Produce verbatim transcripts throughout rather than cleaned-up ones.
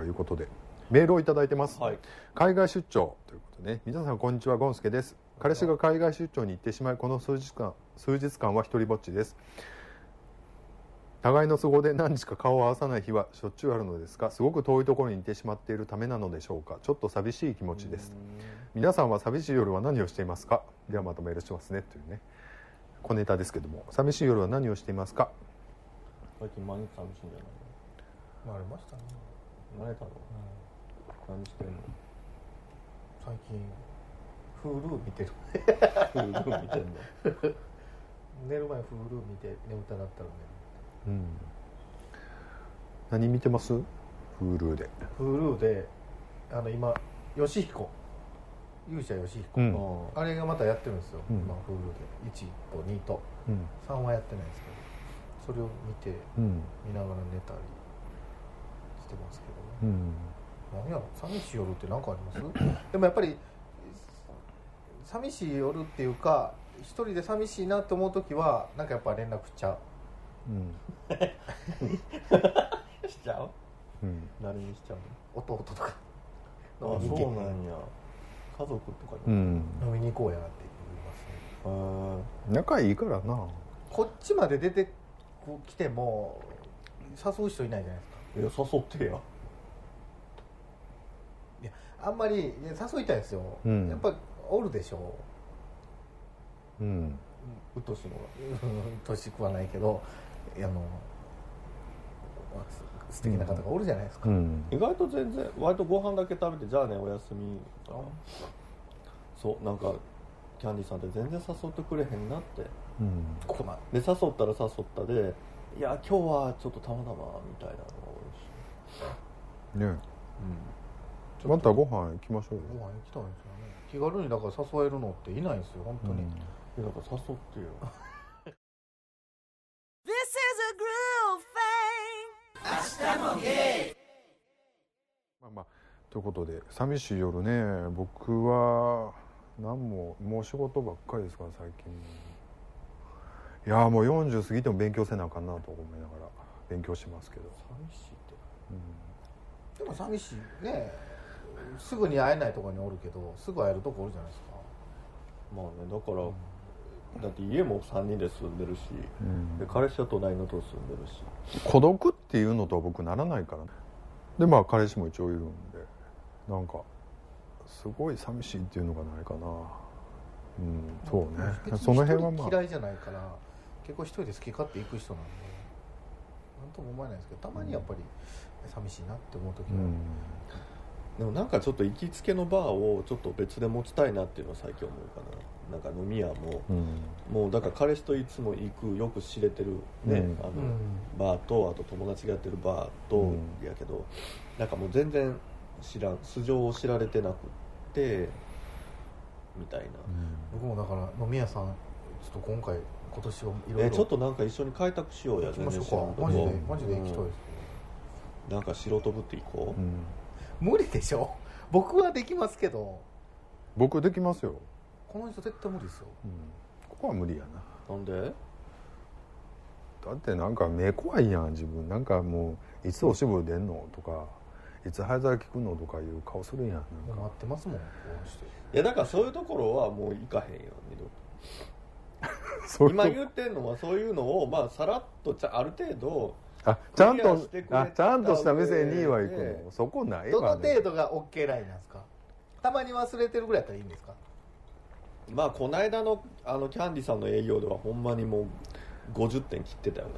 いうことでメールをいただいてます、 はい、 海外出張ということでね。皆さんこんにちは、ゴンスケです。彼氏が海外出張に行ってしまい、この数日間数日間は一人ぼっちです。互いの都合で何日か顔を合わさない日はしょっちゅうあるのですが、すごく遠いところにいてしまっているためなのでしょうか。ちょっと寂しい気持ちです。皆さんは寂しい夜は何をしていますか。ではまたメールしますねというね、小ネタですけども、寂しい夜は何をしていますか。 最近毎日寂しいんじゃない？ 慣れましたね。 慣れたの？うん、何してんの？ 最近Hulu見てる Hulu見てんの？ 寝る前Hulu見て眠たなったらね、 うん、何見てます？ Hulu で Hulu であの今ヨシヒコ勇者ヨシヒコ、うん、あれがまたやってるんですよ、うん、今 Hulu でいちとにと、うん、さんはやってないんですけど、それを見て、うん、見ながら寝たりしてますけどね、うん、何やろ寂しい夜って何かありますでもやっぱり寂しい夜っていうか、一人で寂しいなって思うときはなんかやっぱ連絡しちゃう、うん、 しちゃう、うん、何にしちゃうの？弟とか。 あ、 そうなんや。家族とかで、うん、 飲みに行こうやって言いますね。 仲いいからな。 こっちまで出てきても誘う人いないじゃないですか。 いや誘ってや。 いやあんまり誘いたいですよ、うん、やっぱおるでしょう。うん。 うっとしいのが。 うっとしくはないけど、あの素敵な方がおるじゃないですか、うん、 意外と全然割とご飯だけ食べてじゃあねおやすみとか、そうなんかキャンディーさんって全然誘ってくれへんなって、うん、こまで誘ったら誘ったで、いや今日はちょっとたまたまみたいなのが多いしね、 うん、またご飯行きましょうよ。 ご飯行きたいんですよね。気軽にだから誘えるのっていないんですよ本当に、うん、 いやだから誘ってよ This is a groove thing. 明日もゲイ。 まあまあということで、寂しい夜ね、僕は何ももう仕事ばっかりですから最近。いやもうよんじゅう過ぎても勉強せなあかんなと思いながら勉強しますけど。 寂しいって、うん、でも寂しいね。すぐに会えないところにおるけどすぐ会えるとこおるじゃないですか。 まあね、だから、うんだって家もさんにんで住んでるし、うん、で彼氏は隣のと住んでるし、 孤独っていうのとは僕ならないから、ね、でまあ彼氏も一応いるんで、なんかすごい寂しいっていうのがないかな。うん、そうね。その辺はまあ嫌いじゃないから結構一人で好き勝手行く人なんでなんとも思えないですけど、たまにやっぱり寂しいなって思う時は、うんでもなんかちょっと行きつけのバーをちょっと別で持ちたいなっていうのは最近思うかな。なんか飲み屋も、うん、もうだから彼氏といつも行くよく知れてるね、うん、あの、うん、バーとあと友達がやってるバーと、うん、やけどなんかもう全然知らん素性を知られてなくってみたいな、 うん、僕もだから飲み屋さんちょっと今回今年はいろいろえちょっとなんか一緒に開拓しようや。 行きましょうか。マジでマジで行きたいです、 うん、なんか素人ぶって行こう、うん無理でしょ。僕はできますけど。 僕できますよ。 この人絶対無理ですよ、 うん、ここは無理やな。 なんで？ だってなんか目怖いやん自分。なんかもういつおしぼり出んのとかいつ灰皿効くのとかいう顔するやん。なんか待ってますもんこうして。 いやだからそういうところはもう行かへんよ二度と今言ってんのはそういうのをまあさらっとちゃある程度あちゃんとあちゃんとした店には行くの。そこないわ、 ね、どの程度が OK ラインなんですか？たまに忘れてるぐらいだったらいいんですか？ まあこの間のあのキャンディさんの営業ではほんまにもうごじゅってん切ってたよね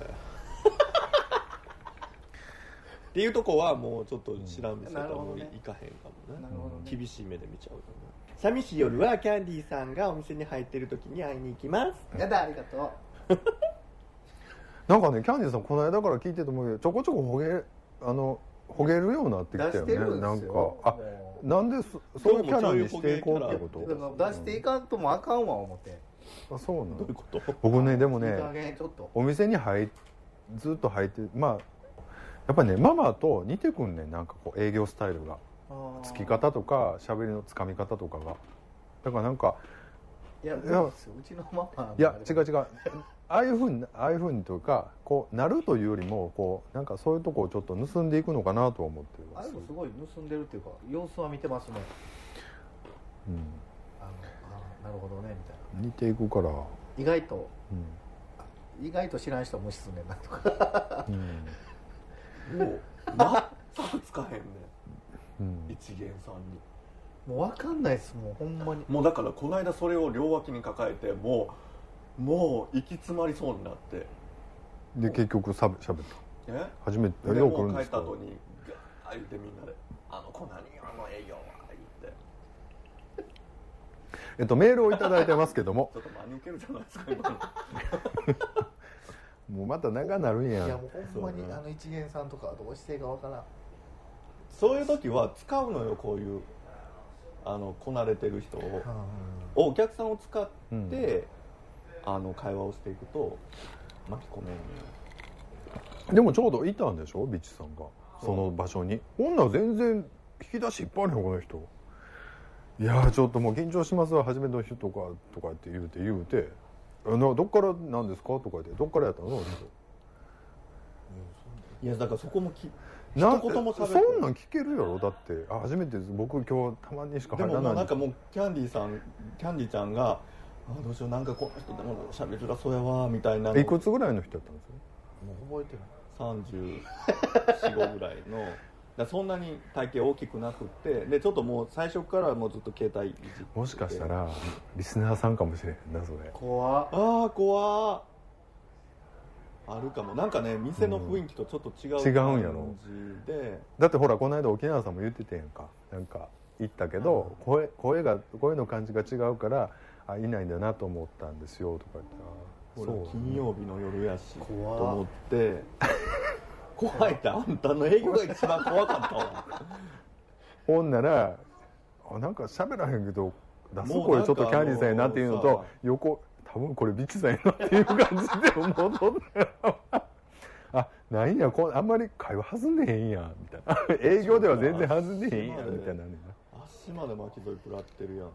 っていうとこはもうちょっと知らんですけど、もう行かへんかもね。なるほどね。厳しい目で見ちゃうとね。寂しい夜はキャンディーさんがお店に入ってる時に会いに行きます。 やだありがとうなんかねキャンディーさんこの間から聞いててもちょこちょこほげあのほげるようになってきたよね。なんかあなんで そ, そういうキャラにしていこうってこと？ 出していかんともあかんわ思って。 あそうなの。 どういうこと？ 僕ねでもねお店に入ずっと入ってまあやっぱりねママと似てくんねん。なんかこう営業スタイルがつき方とか喋りのつかみ方とかがだからなんかいやいやうちのママいや違う違うああいうふうにああいうふうにというかこうなるというよりもこうなんかそういうとこをちょっと盗んでいくのかなとは思ってます。 あれもすごい盗んでるっていうか様子は見てますね。 うん、 あのあなるほどねみたいな。 似ていくから、 意外と、 うん、 意外と知らん人は無視すんねんなとか、 うん、もう全くつかへんね、 うん、 一元さんにもう分かんないですもうほんまに。 もうだからこの間それを両脇に抱えてもうもう行き詰まりそうになって、 で結局しゃべったえ初めてでよく来るもう帰んですか。 った後にガーッ言ってみんなで「あの子何あの営業は」言ってえっとメールをいただいてますけどもちょっと真に受けるじゃないですか今のもうまた長なるんやん。 いやもうほんまに、 そうね、 あの一元さんとかどうしていいか分からん。 そういう時は使うのよ、こういうあのこなれてる人を、 うんうんお客さんを使って、 うんあの会話をしていくと巻き込めるのよ。 でもちょうどいたんでしょビッチさんがその場所に。ほんなら全然引き出しいっぱいあるよこの人。いやーちょっともう緊張しますわ初めての人とかとかって言うて言うてあのどっからなんですかとか言ってどっからやったのっていやだからそこもきな一言も喋ってそんなん聞けるやろだってあ初めてです僕今日たまにしかで入らないももうなんかもうキャンディーさんキャンディーちゃんがあどうしようなんかこの人でも喋りづらそうやわみたいなのいくつぐらいの人やったんですか。 もう覚えてない。 さんじゅうよん、ごぐらいのだそんなに体型大きくなくってでちょっともう最初からもうずっと携帯いじってもしかしたらリスナーさんかもしれへんなそれ。 怖っ。 ああ怖あるかも。なんかね店の雰囲気とちょっと違う違うんやろ感じで、 だってほらこの間沖縄さんも言っててんやんかなんか言ったけど、うん、声, 声が声の感じが違うからあいないんだなと思ったんですよとか言ったらそう金曜日の夜やしと怖思って怖いってあんたの営業が一番怖かったわほんならあなんか喋らへんけど出す声ちょっとキャンディーさんやなっていうのと横多分これビッチさんやなっていう感じで戻ったあなんやこあんまり会話弾んでへんやんみたいな営業では全然弾んでへんやんみたいな足まで巻き添え食らってるやんか。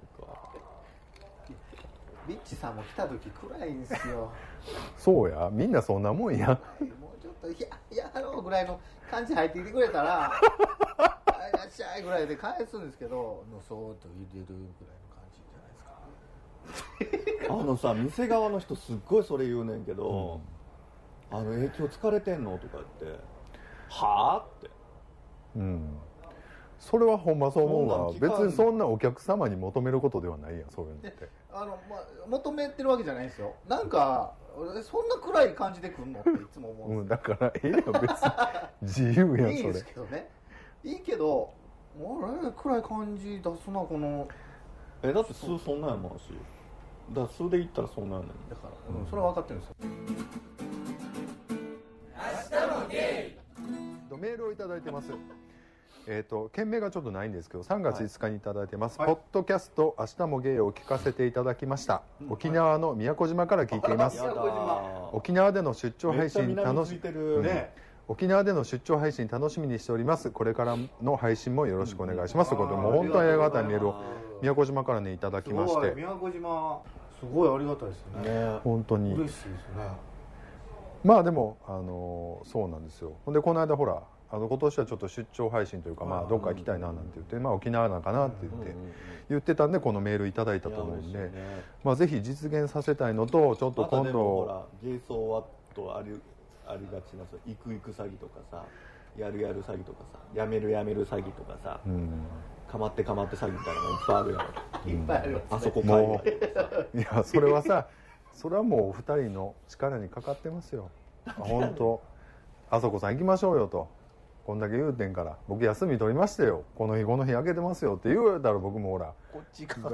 ビッチさんも来た時暗いんですよそうやみんなそんなもんやもうちょっといややろうぐらいの感じ入ってきてくれたらいらっしゃいぐらいで返すんですけどのそーっと入れるぐらいの感じじゃないですかあのさ店側の人すっごいそれ言うねんけど、うん、あの影響疲れてんのとか言ってはあってうんそれはほんまそう思うわ。別にそんなお客様に求めることではないやんそういうのってあの、まあ、求めてるわけじゃないんですよ。なんかそんな暗い感じで来るのっていつも思うんですよ、 うん、だからええやん別に自由やんそれいいですけどねいいけどあれ暗い感じ出すなこのえだって数そんなんやもんしだから数で言ったらそんなんやねんだから、うん、それは分かってるんですよ。 明日もゲイメールをいただいてますえーと件名がちょっとないんですけどさんがついつかにいただいてます、 はい、 ポッドキャスト明日もゲイを聞かせていただきました、うん、沖縄の宮古島から聞いています沖縄での出張配信楽し、ね、沖縄での出張配信楽しみにしております。これからの配信もよろしくお願いします、うん、ということでもう本当にありがたいメールを宮古島からねいただきまして、 宮古島すごいありがたいですね。 ね本当に嬉しいですね。 まあでもあのそうなんですよ。ほんでこの間ほらあの今年はちょっと出張配信というか、まあ、どっか行きたいななんて言って、まあ、沖縄なんかなって言って言ってたんでこのメールいただいたと思うんで、まあ、ぜひ実現させたいのとちょっと今度ほらゲイソーワットありありがちな行く行く詐欺とかさやるやる詐欺とかさやめるやめる詐欺とかさ、うん、かまってかまって詐欺みたいなのいっぱいあるやろいっぱいありますね、 あそこ界隈でさいやそれはさそれはもうお二人の力にかかってますよ本当あそこさん行きましょうよとこんだけ言うてんから僕休み取りましたよこの日この日開けてますよって言うたら僕もほらこっちか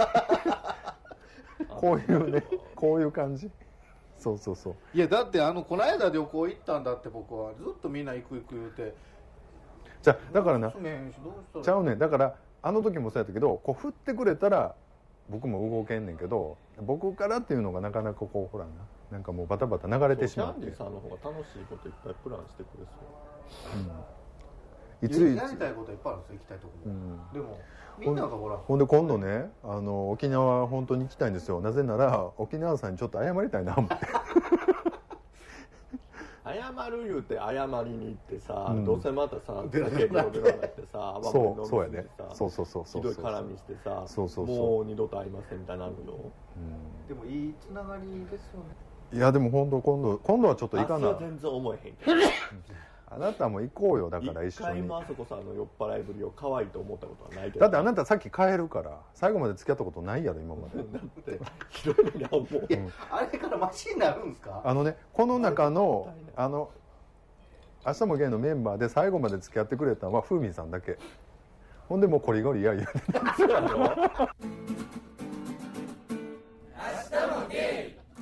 こういうねこういう感じそうそうそういやだってあのこの間旅行行ったんだって僕はずっとみんな行く行く言うてじゃだからなちゃうねんだからあの時もそうやったけどこう振ってくれたら僕も動けんねんけど僕からっていうのがなかなかこうほらななんかもうバタバタ流れてしまってキャンディーさんの方が楽しいこといっぱいプランしてくれそううん、いついつやりたいこといっぱいあるんですよ行きたいとこも、うん、でもみんながほらほんで今度ねあの沖縄本当に行きたいんですよなぜなら沖縄さんにちょっと謝りたいな思って謝る言うて謝りに行ってさ、 うん、 どうせまたさ酒ゲロゲロになってさそうそうやねそうそうそうそうひどい絡みしてさそうそうそうもう二度と会いませんみたいになるよ、 うん、でもいいつながりですよね。 いやでも本当今度今度はちょっと行かなあ全然思えへんけどあなたも行こうよだから一緒に。 一回もあそこさんの酔っ払いぶりを可愛いと思ったことはないけどだってあなたさっき帰るから最後まで付き合ったことないやろ今までだってひどいのに思う、 うん、あれからマシになるんですか。 あのねこの中のあの明日もゲイのメンバーで最後まで付き合ってくれたのはふうみんさんだけ。ほんでもうコリゴリいやいやそうやろ。明日もゲイ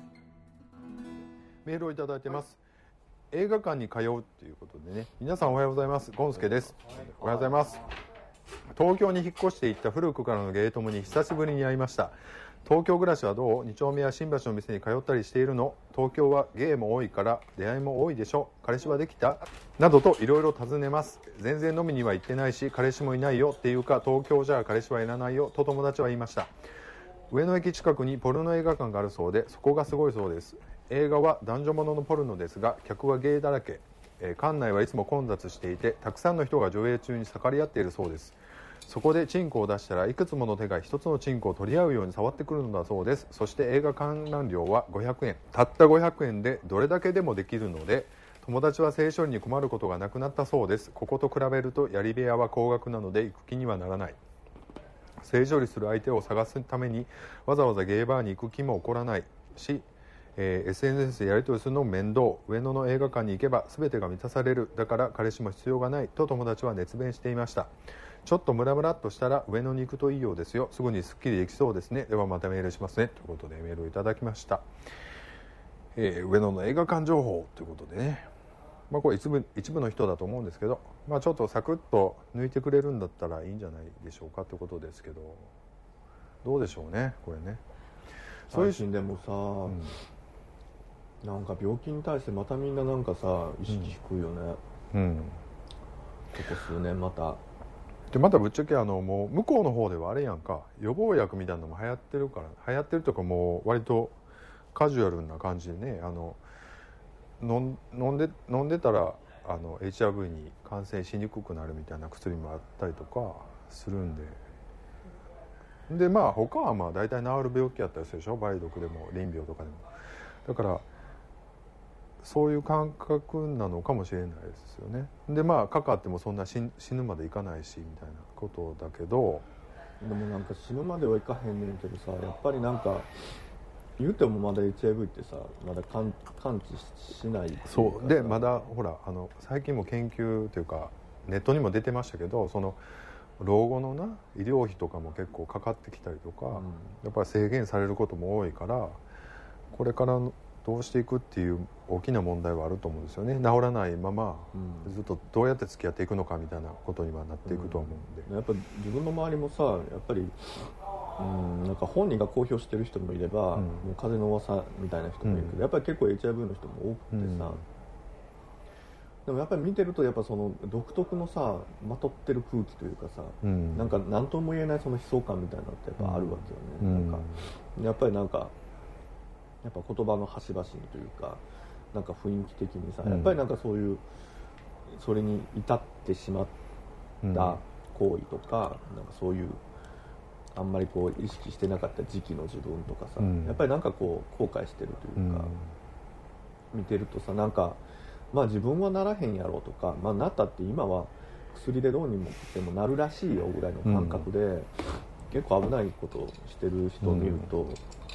メールをいただいてます。映画館に通うということでね、皆さんおはようございます。ゴンスケです。おはようございます。東京に引っ越していった古くからのゲイ友に久しぶりに会いました。東京暮らしはどう？に丁目や新橋の店に通ったりしているの？東京はゲイも多いから出会いも多いでしょ？彼氏はできた？などといろいろ尋ねます。全然飲みには行ってないし彼氏もいないよっていうか、東京じゃ彼氏はいらないよと友達は言いました。上野駅近くにポルノ映画館があるそうで、そこがすごいそうです。映画は男女もののポルノですが、客はゲイだらけ、えー、館内はいつも混雑していて、たくさんの人が上映中に盛り合っているそうです。そこでチンコを出したらいくつもの手が一つのチンコを取り合うように触ってくるのだそうです。そして映画観覧料はごひゃくえん、たったごひゃくえんでどれだけでもできるので、友達は性処理に困ることがなくなったそうです。ここと比べるとやり部屋は高額なので行く気にはならない。性処理する相手を探すためにわざわざゲイバーに行く気も起こらないし、えー、エスエヌエス でやり取りするのも面倒。上野の映画館に行けば全てが満たされる。だから彼氏も必要がないと友達は熱弁していました。ちょっとムラムラっとしたら上野に行くといいようですよ。すぐにスッキリできそうですね。ではまたメールしますねということでメールをいただきました。えー、上野の映画館情報ということでね、まあ、これ一部、一部の人だと思うんですけど、まあ、ちょっとサクッと抜いてくれるんだったらいいんじゃないでしょうかということですけど、どうでしょうねこれね。 そういうシーンでもさ、うんなんか病気に対してまたみんななんかさ意識低いよね、うん、ここ数年またでまたぶっちゃけあのもう向こうの方ではあれやんか、予防薬みたいなのも流行ってるから流行ってるとかもう割とカジュアルな感じでね、あの飲ん、飲んで飲んでたらあの エイチアイブイ に感染しにくくなるみたいな薬もあったりとかするんで、でまあ他はまあ大体治る病気やったりするでしょ、梅毒でも淋病とかでも。だからそういう感覚なのかもしれないですよね。でまあかかってもそんな 死, 死ぬまでいかないしみたいなことだけど、 でもなんか死ぬまではいかへんねんけどさ、やっぱりなんか言うてもまだ エイチアイブイ ってさまだ感知しない。 そうでまだほらあの最近も研究というかネットにも出てましたけど、その老後のな医療費とかも結構かかってきたりとか、うん、やっぱり制限されることも多いから、これからのどうしていくっていう大きな問題はあると思うんですよね。治らないまま、うん、ずっとどうやって付き合っていくのかみたいなことにはなっていくと思うんで、 うん、やっぱ自分の周りもさやっぱり、うん、なんか本人が公表してる人もいれば、うん、もう風の噂みたいな人もいるけど、うん、やっぱり結構 エイチアイブイ の人も多くてさ、うん、でもやっぱり見てるとやっぱその独特のさまとってる空気というかさ、うん、なんか何とも言えないその悲壮感みたいなのってやっぱあるわけよね、うん、なんかやっぱりなんかやっぱ言葉の端々にというかなんか雰囲気的にさ、うん、やっぱりなんかそういうそれに至ってしまった行為とか、うん、なんかそういうあんまりこう意識してなかった時期の自分とかさ、うん、やっぱりなんかこう後悔してるというか、うん、見てるとさなんかまあ自分はならへんやろうとか、まあ、なったって今は薬でどうにもでもなるらしいよぐらいの感覚で、うん、結構危ないことをしてる人を見ると、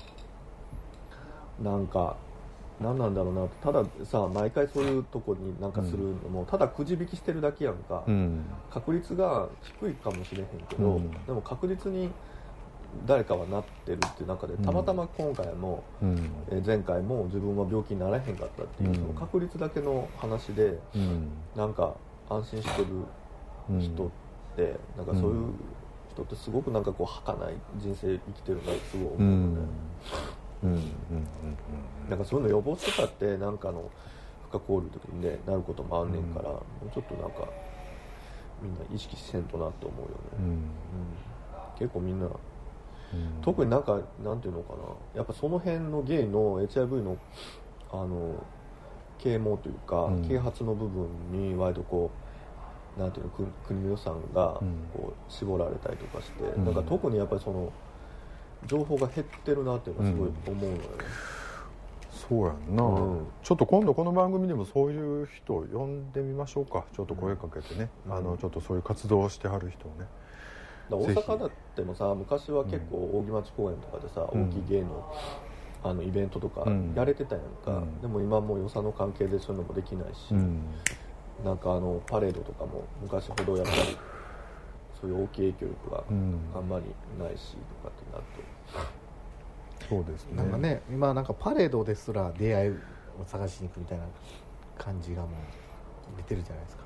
うん、なんか何なんだろうなと。たださ毎回そういうとこになんかするのも、うん、ただくじ引きしてるだけやんか、うん、確率が低いかもしれへんけど、うん、でも確実に誰かはなってるっていう中でたまたま今回も、うん、え前回も自分は病気にならへんかったっていう、うん、その確率だけの話で、うん、なんか安心してる人って、うん、なんかそういう人ってすごくなんかこう儚い人生生きてるなってすごい思うよね、うんうんうんうん、なんかそういうの予防してたってなんかの不可抗力の時に、ね、なることもあんねんから、うん、もうちょっとなんかみんな意識せんとなって思うよね、うんうん、結構みんな、うん、特になんかなんていうのかな、やっぱその辺のゲイの エイチアイブイ のあの啓蒙というか、うん、啓発の部分に割とこうなんていうの国の予算がこう絞られたりとかして、うん、なんか特にやっぱりその情報が減ってるなっていうのはすごい思うのよね、 うん、そうやんな、うん、ちょっと今度この番組でもそういう人を呼んでみましょうか。ちょっと声かけてね、うん、あのちょっとそういう活動をしてはる人をね。 だ大阪だってもさ昔は結構扇町公園とかでさ、うん、大きい芸のあのイベントとかやれてたやんか、うん、でも今もう予算の関係でそういうのもできないし、うん、なんかあのパレードとかも昔ほどやっぱりそういう大きい影響力があんまりないしとかってなると、そうですね。 なんかね今なんかパレードですら出会いを探しに行くみたいな感じがもう出てるじゃないですか、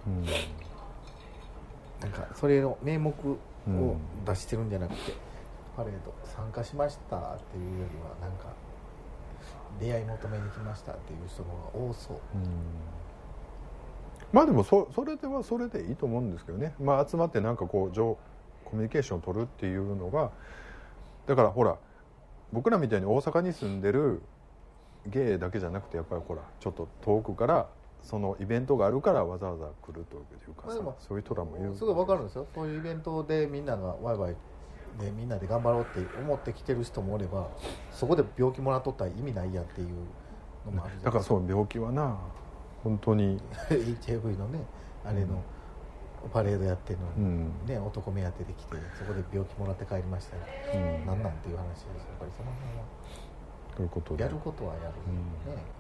うん、なんかそれの名目を出してるんじゃなくて、うん、パレード参加しましたっていうよりはなんか出会い求めに来ましたっていう人の方が多そう、うん、 まあでも そ, それではそれでいいと思うんですけどね、まあ、集まってなんかこうコミュニケーションを取るっていうのがだからほら僕らみたいに大阪に住んでるゲイだけじゃなくてやっぱりほらちょっと遠くからそのイベントがあるからわざわざ来るというかさ、まあ、そういう人らもいるすごい分かるんですよ。そういうイベントでみんながワイワイでみんなで頑張ろうって思ってきてる人もおればそこで病気もらっとったら意味ないやっていうのもあるじゃないですか。 だからそう病気はな本当にエイチアイブイ のねあれのパレードやってるのに、うんね、男目当てで来てそこで病気もらって帰りましたよ、うん、なんなんていう話です。やっぱりその辺はということでやることはやる、うんね、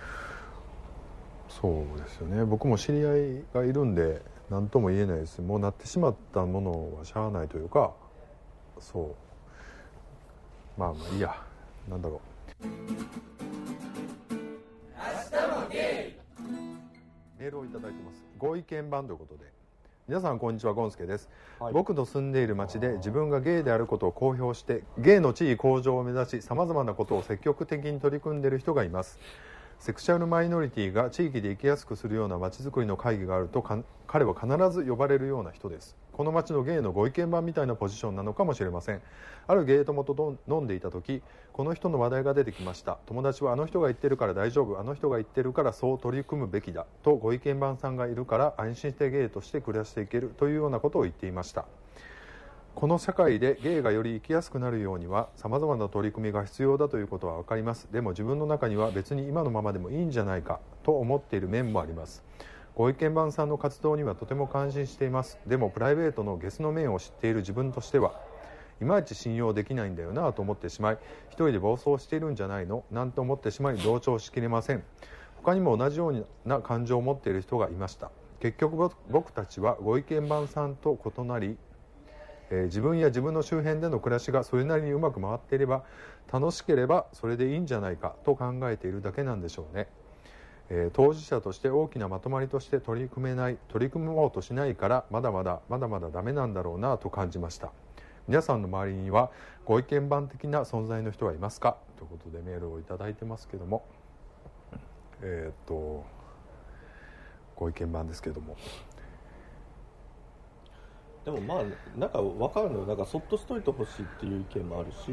そうですよね。僕も知り合いがいるんで何とも言えないです。もうなってしまったものはしゃあないというかそうまあまあいいやなんだろうメールをいただいてます。ご意見番ということで皆さんこんにちはゴンスケです、はい、僕の住んでいる町で自分がゲイであることを公表してゲイの地位向上を目指しさまざまなことを積極的に取り組んでいる人がいます。セクシャルマイノリティが地域で生きやすくするような街づくりの会議があると彼は必ず呼ばれるような人です。この街のゲイのご意見番みたいなポジションなのかもしれません。あるゲイ友と飲んでいた時この人の話題が出てきました。友達はあの人が言ってるから大丈夫あの人が言ってるからそう取り組むべきだとご意見番さんがいるから安心してゲイとして暮らしていけるというようなことを言っていました。この社会でゲイがより生きやすくなるようにはさまざまな取り組みが必要だということは分かります。でも自分の中には別に今のままでもいいんじゃないかと思っている面もあります。ご意見番さんの活動にはとても感心しています。でもプライベートのゲスの面を知っている自分としてはいまいち信用できないんだよなと思ってしまい一人で暴走しているんじゃないのなんて思ってしまい同調しきれません。他にも同じような感情を持っている人がいました。結局僕たちはご意見番さんと異なりえー、自分や自分の周辺での暮らしがそれなりにうまく回っていれば楽しければそれでいいんじゃないかと考えているだけなんでしょうね、えー、当事者として大きなまとまりとして取り組めない取り組もうとしないからまだまだまだまだダメなんだろうなと感じました。皆さんの周りにはご意見番的な存在の人はいますかということでメールをいただいてますけどもえー、っとご意見番ですけどもでもまあなんか分かるのよ。なんかそっとしといてほしいっていう意見もあるし、うん、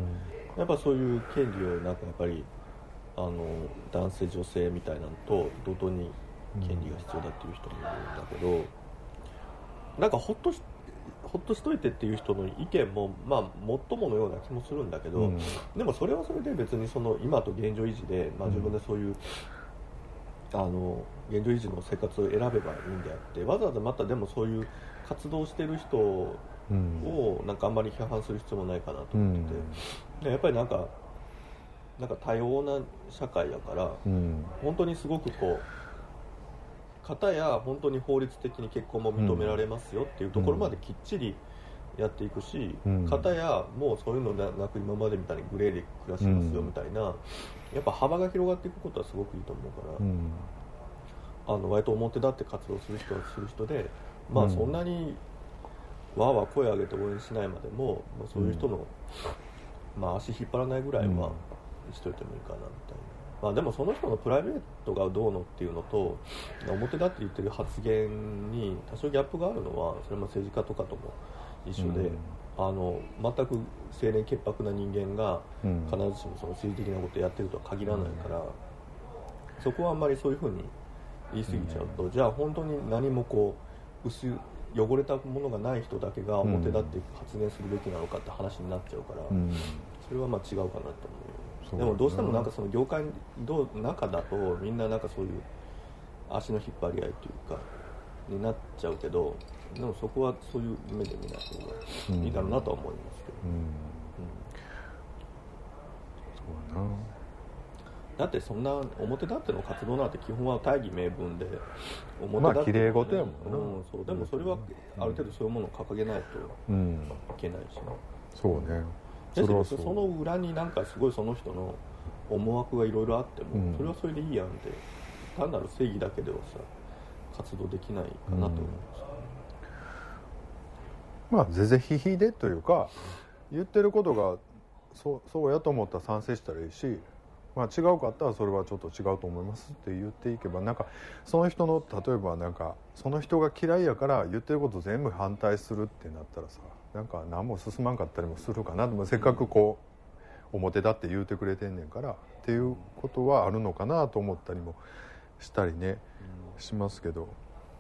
やっぱそういう権利をなんかやっぱりあの男性女性みたいなのと同等に権利が必要だっていう人もいるんだけど、うん、なんかほっとしほっとしといてっていう人の意見もまあもっとものような気もするんだけど、うん、でもそれはそれで別にその今と現状維持で、まあ、自分でそういう、うん、あの現状維持の生活を選べばいいんであってわざわざまたでもそういう活動してる人をなんかあんまり批判する必要もないかなと思ってて、うん、でやっぱりなんかなんか多様な社会だから、うん、本当にすごくこう片や本当に法律的に結婚も認められますよっていうところまできっちりやっていくし、うん、片やもうそういうのなく今までみたいにグレーで暮らしますよみたいな、やっぱ幅が広がっていくことはすごくいいと思うから、うん、あの割と表立って活動する人はする人でまあそんなにわーわー声上げて応援しないまでも、まあ、そういう人の、うん、まあ足引っ張らないぐらいはしといてもいいかなみたいな、まあ、でもその人のプライベートがどうのっていうのと表立って言ってる発言に多少ギャップがあるのはそれも政治家とかとも一緒で、うん、あの全く清廉潔白な人間が必ずしもその政治的なことをやってるとは限らないから、 そこはあんまりそういうふうに言い過ぎちゃうと、うん、じゃあ本当に何もこう薄い汚れたものがない人だけが表立って発言するべきなのかって話になっちゃうから、うん、それはまあ違うかなと思う。でもどうしてもなんかその業界の中だとみんななんかそういう足の引っ張り合いというかになっちゃうけど、でもそこはそういう目で見ない方がいいだろうなとは思いますけど、うんうん、 そうだな。 だってそんな表立っての活動なんて基本は大義名分で表立って、ね、まあ綺麗事やもんな、 うん、そうでもそれはある程度そういうものを掲げないといけないし、ね、 うん、そうね。 それはそう。その裏になんかすごいその人の思惑がいろいろあっても、うん、それはそれでいいやんって単なる正義だけではさ活動できないかなと思うんです、 うん、まあ是々非々でというか言ってることがそう、そうやと思ったら賛成したらいいし、まあ、違うかったらそれはちょっと違うと思いますって言っていけば、なんかその人の例えばなんかその人が嫌いやから言ってること全部反対するってなったらさ、なんか何も進まんかったりもするかな。でもせっかくこう表だって言うてくれてんねんからっていうことはあるのかなと思ったりもしたりね、うん、しますけど、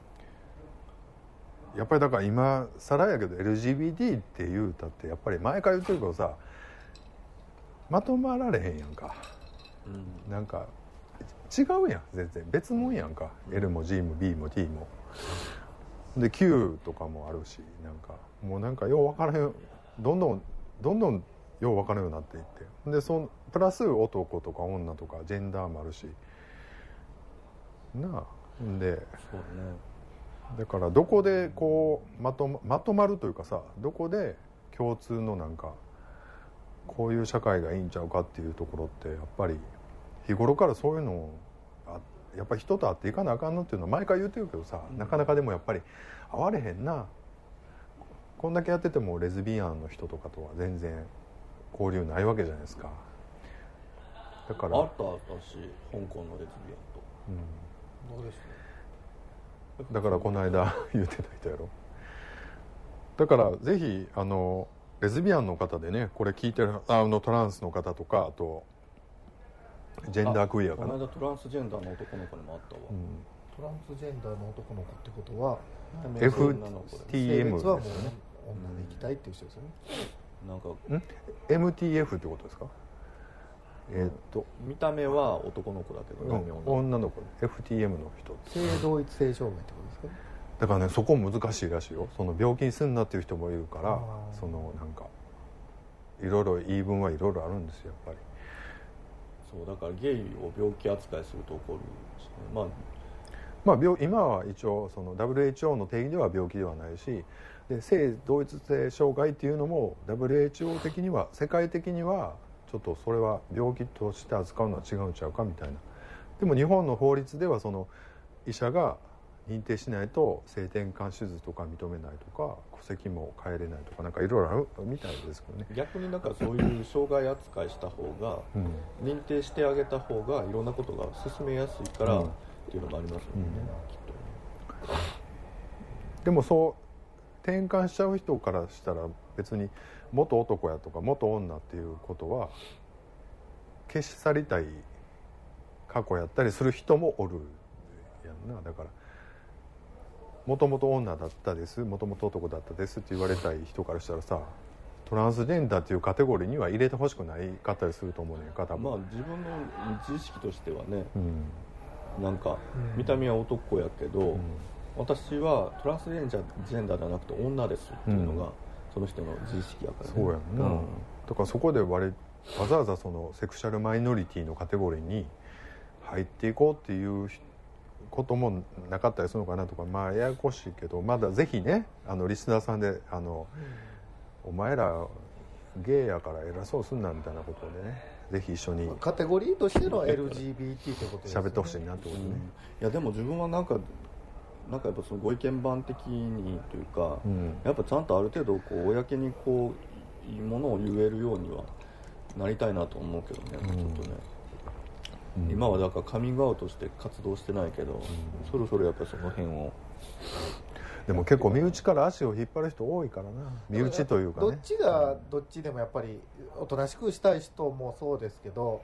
やっぱりだから今更やけど エルジービーティー って言うたってやっぱり前から言ってるけどさ、まとまられへんやんか、うん、なんか違うやん、全然別もんやんか、うん、L も G も B も T もで Q とかもあるし、なんかもうなんかよう分からへん、どんどんどんどんよう分からんようになっていって、でそのプラス男とか女とかジェンダーもあるしなあ、でそう、ね、だからどこでこうまとま、まとまるというかさ、どこで共通のなんかこういう社会がいいんちゃうかっていうところってやっぱり日頃からそういうのをやっぱり人と会っていかなあかんのっていうのは毎回言ってるけどさ、うん、なかなかでもやっぱり会われへんな。こんだけやっててもレズビアンの人とかとは全然交流ないわけじゃないですか。だからあった私香港のレズビアンと、うん、どうですね。 だからこの間言ってた人やろ。だからぜひあのレズビアンの方でねこれ聞いてるあのトランスの方とか、あとジェンダークイアかな。 この間トランスジェンダーの男の子にもあったわ、うん、 トランスジェンダーの男の子ってことはエフティーエム性別はもうね女で行きたいっていう人ですよね。 なんかん エムティーエフ ってことですか。えー、っと見た目は男の子だけど、ね、 うん、女の子 エフティーエム の人、 性同一性障害ってことですか。 だからねそこ難しいらしいよ。その病気にすんなっていう人もいるから、そのなんかいろいろ言い分はいろいろあるんですよやっぱり。 そうだからゲイを病気扱いすると起こるし、ね、まあまあ、病今は一応その ダブリューエイチオー の定義では病気ではないし、で性同一性障害っていうのも ダブリューエイチオー 的には世界的にはちょっとそれは病気として扱うのは違うんちゃうかみたいな。でも日本の法律ではその医者が認定しないと性転換手術とか認めないとか戸籍も変えれないとかなんかいろいろあるみたいですけどね。 逆になんかそういう障害扱いした方が、うん、認定してあげた方がいろんなことが進めやすいから、うん、っていうのもありますもんね、うん、きっとね。 でもそう転換しちゃう人からしたら別に元男やとか元女っていうことは消し去りたい過去やったりする人もおるやんな。だからもともと女だったですもともと男だったですって言われたい人からしたらさ、トランスジェンダーっていうカテゴリーには入れてほしくないかったりすると思うねんか多分。 まあ自分の自意識としてはね、うん、なんか見た目は男やけど、うん、私はトランスジェンダーじゃなくて女ですっていうのが、うん、その人の自意識やからね。 そうやんな、うん、だからそこでわれわざわざそのセクシャルマイノリティのカテゴリーに入っていこうっていうこともなかったりするのかなとか、まあややこしいけど、まだぜひねあのリスナーさんであの、うん、お前らゲイやから偉そうすんなみたいなことでね、ぜひ一緒にカテゴリーとしての エルジービーティー ってことですね。 喋ってほしいなってことね、うん、いやでも自分はなんかなんかやっぱそのご意見番的にというか、うん、やっぱちゃんとある程度こう公にこういいものを言えるようにはなりたいなと思うけどね、うん、ちょっとね、うん、今はだからカミングアウトして活動してないけど、うん、そろそろやっぱりその辺を。 でも結構身内から足を引っ張る人多いからな。身内というかね、 どっちがどっちでもやっぱりおとなしくしたい人もそうですけど、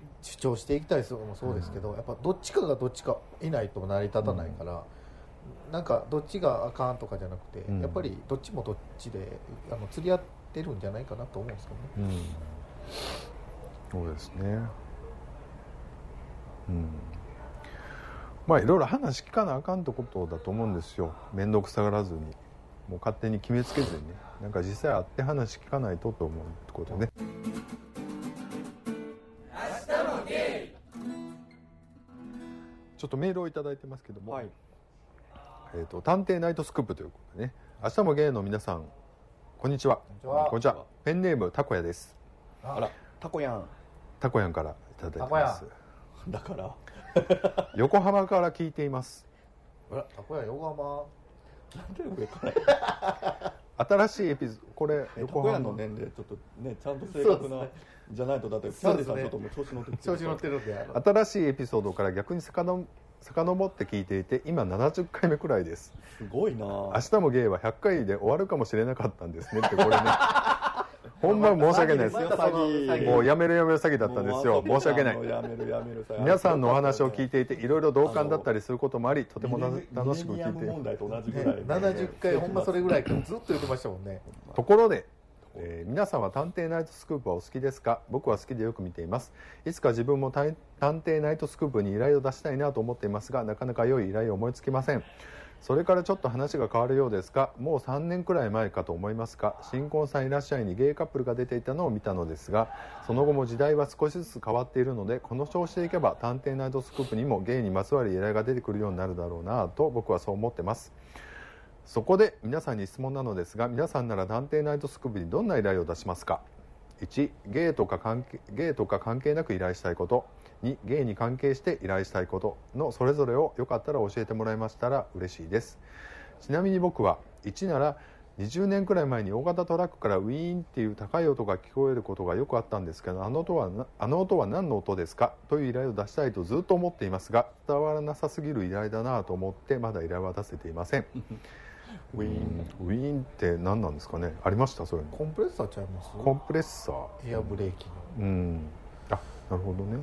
主張していきたい人もそうですけど、うん、やっぱどっちかがどっちかいないと成り立たないから、うん、なんかどっちがあかんとかじゃなくて、うん、やっぱりどっちもどっちであの釣り合ってるんじゃないかなと思うんですけどね、 うん、そうですね、うん、まあいろいろ話聞かなあかんってことだと思うんですよ。面倒くさがらずにもう勝手に決めつけずにね、なんか実際会って話聞かないとと思うってことね。ちょっとメールをいただいてますけども、はい、えーと、探偵ナイトスクープということでね、明日もゲイの皆さんこんにちは。こんにちは。ペンネームたこやです。 あら、たこやん。 たこやんからいただいてます。 だから横浜から聞いています。 あら、たこやん横浜。 なんで上から新しいエピソード、これ横浜の年齢ちょっとね、ちゃんと正確な、ね、じゃないと、だってキャンディさんちょっともう調子乗ってる、 調子乗ってるんで、 新しいエピソードから逆にさかの遡って聞いていて、今ななじゅっかいめくらいです。 すごいな。 明日もゲイはひゃっかいで終わるかもしれなかったんですねって、これねほんま申し訳ないです。もうやめるやめる詐欺だったんですよ。申し訳ない。皆さんのお話を聞いていて、いろいろ同感だったりすることもあり、とても楽しく聞いて、 ななじゅっかいほんまそれぐらいずっと言ってましたもんね。 ところで、えー、皆さんは探偵ナイトスクープはお好きですか？僕は好きでよく見ています。いつか自分も探偵ナイトスクープに依頼を出したいなと思っていますが、なかなか良い依頼を思いつきません。それからちょっと話が変わるようですが、もうさんねんくらい前かと思いますが、新婚さんいらっしゃいにゲイカップルが出ていたのを見たのですが、その後も時代は少しずつ変わっているので、この調子でいけば探偵ナイトスクープにもゲイにまつわる依頼が出てくるようになるだろうなと僕はそう思ってます。そこで皆さんに質問なのですが、皆さんなら探偵ナイトスクープにどんな依頼を出しますか？いち、ゲイとか関係、ゲイとか関係なく依頼したいこと。に、ゲイに関係して依頼したいことのそれぞれをよかったら教えてもらえましたら嬉しいです。ちなみに僕はいちならにじゅうねんくらい前に大型トラックからウィーンっていう高い音が聞こえることがよくあったんですけど、あの音はあの音は何の音ですかという依頼を出したいとずっと思っていますが、伝わらなさすぎる依頼だなと思ってまだ依頼は出せていません。ウィーン、ウィーンって何なんですかね。ありました？そういうの。 コンプレッサーちゃいます？ コンプレッサー、 エアブレーキの。 うん、あ、なるほどね。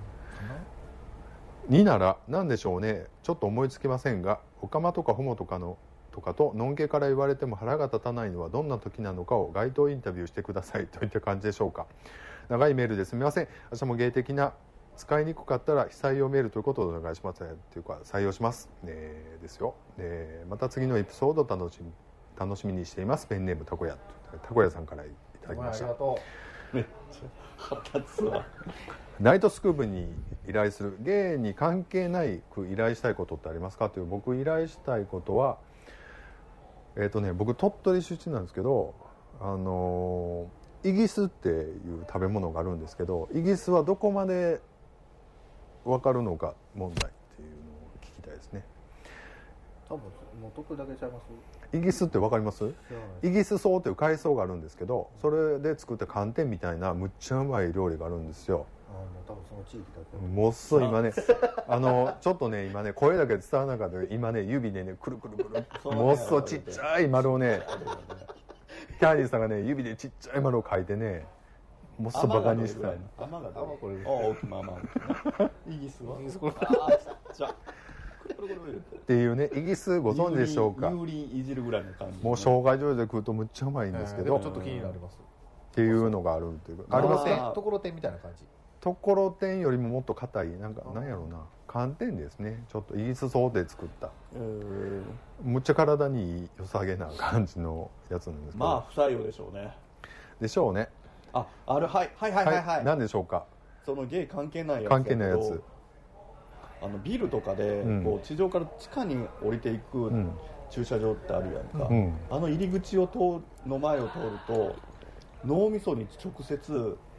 になら何でしょうね。ちょっと思いつきませんが、オカマとかホモとかのとかとのんけから言われても腹が立たないのはどんな時なのかを街頭インタビューしてくださいといった感じでしょうか。長いメールですみません。明日も芸的な使いにくかったら非採用メールということでお願いします。というか採用します、えー、ですよ、えー、また次のエピソードを楽しみ楽しみにしています。ペンネームたこや、たこやさんからいただきました。 ありがとう。めっちゃ腹立つわ。 ナイトスクープに依頼する、ゲイに関係ないく依頼したいことってありますかという。僕依頼したいことはえっ、ー、とね僕鳥取出身なんですけど、あのー、イギスっていう食べ物があるんですけど、イギスはどこまで分かるのか問題っていうのを聞きたいですね。 多分もう解くだけちゃいます。 イギスって分かります？イギス草という海藻があるんですけど、それで作った寒天みたいなむっちゃうまい料理があるんですよ。 あ、もう多分その地域だけ。 もっそ今ねあのちょっとね今ね声だけ伝わらなかったけど、今ね指でねくるくるくるもっそちっちゃい丸をねキャンディーさんがね指でちっちゃい丸を描いてね、もっそバカにしたい。 アマがどれ？これ。あ、大きまま。イギスは？イギスこれ。あ、じゃ。 っていうね。イギスご存知でしょうか？ 油淋いじるぐらいの感じ、ね、 もう生姜醤油で食うとむっちゃうまいんですけど、 えー、ちょっと気になりますっていうのがあるっていう。 ありますね。ところてんみたいな感じ。 ところてんよりももっと硬い、なんかなんやろうな、寒天ですね。ちょっとイギス草で作った、えー、むっちゃ体に良さげな感じのやつなんですけど、 まあ不採用でしょうね。 でしょうね。 あ、ある、はいはいはいはいはい。 何でしょうか？ そのゲイ関係ないやつ。 関係ないやつ。 あのビルとかで、うん、こう地上から地下に降りていく駐車場ってあるやんか、うん、あの入り口を通の前を通ると脳みそに直接チチチチチチチ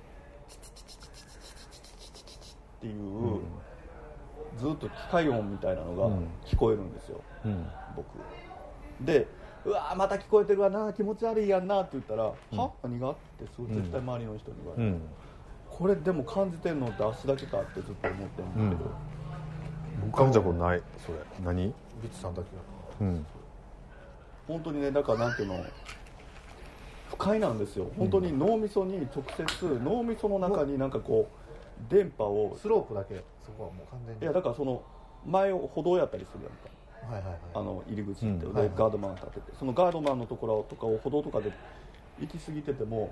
チチチチっていう、うん、ずっと機械音みたいなのが聞こえるんですよ、うん、僕で、うわーまた聞こえてるわな、気持ち悪いやんなって言ったら、うん、は何がってすごい絶対周りの人に言われる、うん、これでも感じてんのって足だけかってずっと思ってるんだけど、 僕感じたことない。それ何？ ビッツさんだけだ。 うん。 本当にね、だからなんていうの、不快なんですよ。本当に脳みそに直接、脳みその中になんかこう電波をスロープだけそこはもう完全にいやだからその前を歩道やったりするやんかはいはいはいあの入り口って、 うんではいはいガードマン立ててそのガードマンのところとかを歩道とかで行き過ぎてても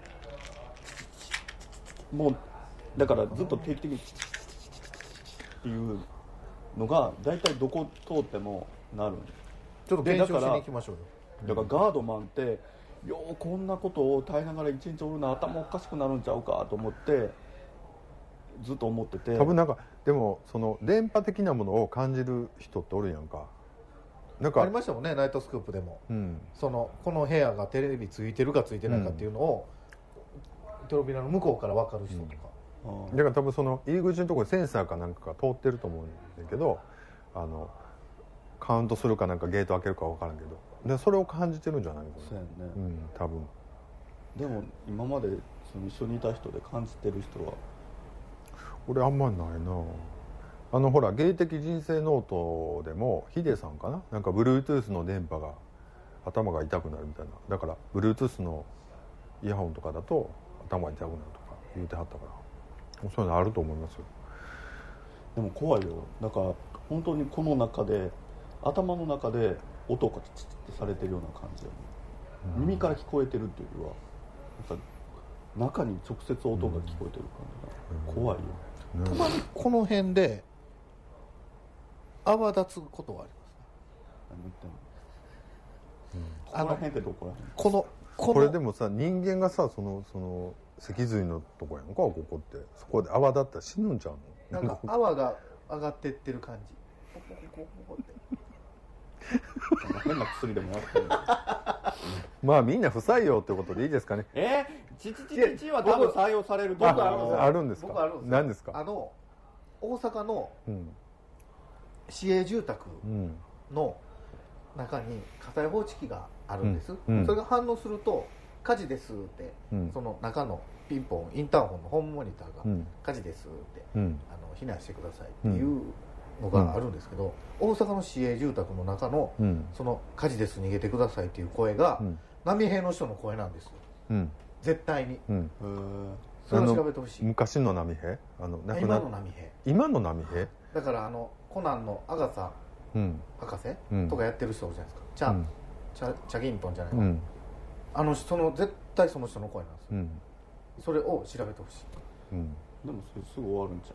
もうだからずっと定期的にっていうのが大体どこ通ってもなるんちょっと検証しに行きましょうよだからガードマンってようこんなことを耐えながら一日おるな頭おかしくなるんちゃうかと思ってずっと思ってて多分なんかでもその電波的なものを感じる人っておるやんかなんかありましたもんねナイトスクープでも、 うん、 そのこの部屋がテレビついてるかついてないかっていうのを、うん、扉の向こうから分かる人とか、 うん、 だから多分その入り口のところにセンサーかなんかが通ってると思うんだけどあのカウントするかなんかゲート開けるか分からんけどでそれを感じてるんじゃないのかなそうやね、 うん、多分でも今までその一緒にいた人で感じてる人は俺あんまりないなあのほら芸的人生ノートでもヒデさんかななんか Bluetooth の電波が頭が痛くなるみたいなだから Bluetooth のイヤホンとかだと頭が痛くなるとか言うてはったからそういうのあると思いますよでも怖いよだから本当にこの中で頭の中で音がチチってされてるような感じよね、うん、耳から聞こえてるっていうよりはなんか中に直接音が聞こえてる感じが怖いよ、 うん、たまにこの辺で泡立つことはありますね何言ってんの、 うん、 ここら辺ってどこら辺このこのこれでもさ人間がさそのその脊髄のとこやんかここってそこで泡立ったら死ぬんちゃうのなんか泡が上がってってる感じポコポコポコって変な薬でもやってるまあみんな不採用ってことでいいですかねえー、ちちちちは多分採用されると思うああるんですか僕あるんです何ですかあの大阪のうん市営住宅うんの中に火災報知器があるんです、 うんうん、 それが反応すると火事ですって、うん、その中のピンポンインターホンのホームモニターが、うん、火事ですって、うん、あの避難してくださいっていうのがあるんですけど、うん、大阪の市営住宅の中の、うん、その火事です逃げてくださいっていう声が、うん、波平の人の声なんですよ、うん、絶対に、うん、それを調べてほしい昔の波平あの今の波平今の波平だからあのコナンのアガサ博士、うん、とかやってる人おるじゃないですかチャ、うん、チャチャギントンじゃないか、うん、あのその絶対その人の声なんですよ、うん、それを調べてほしい、 うん、でもそれすぐ終わるんちゃ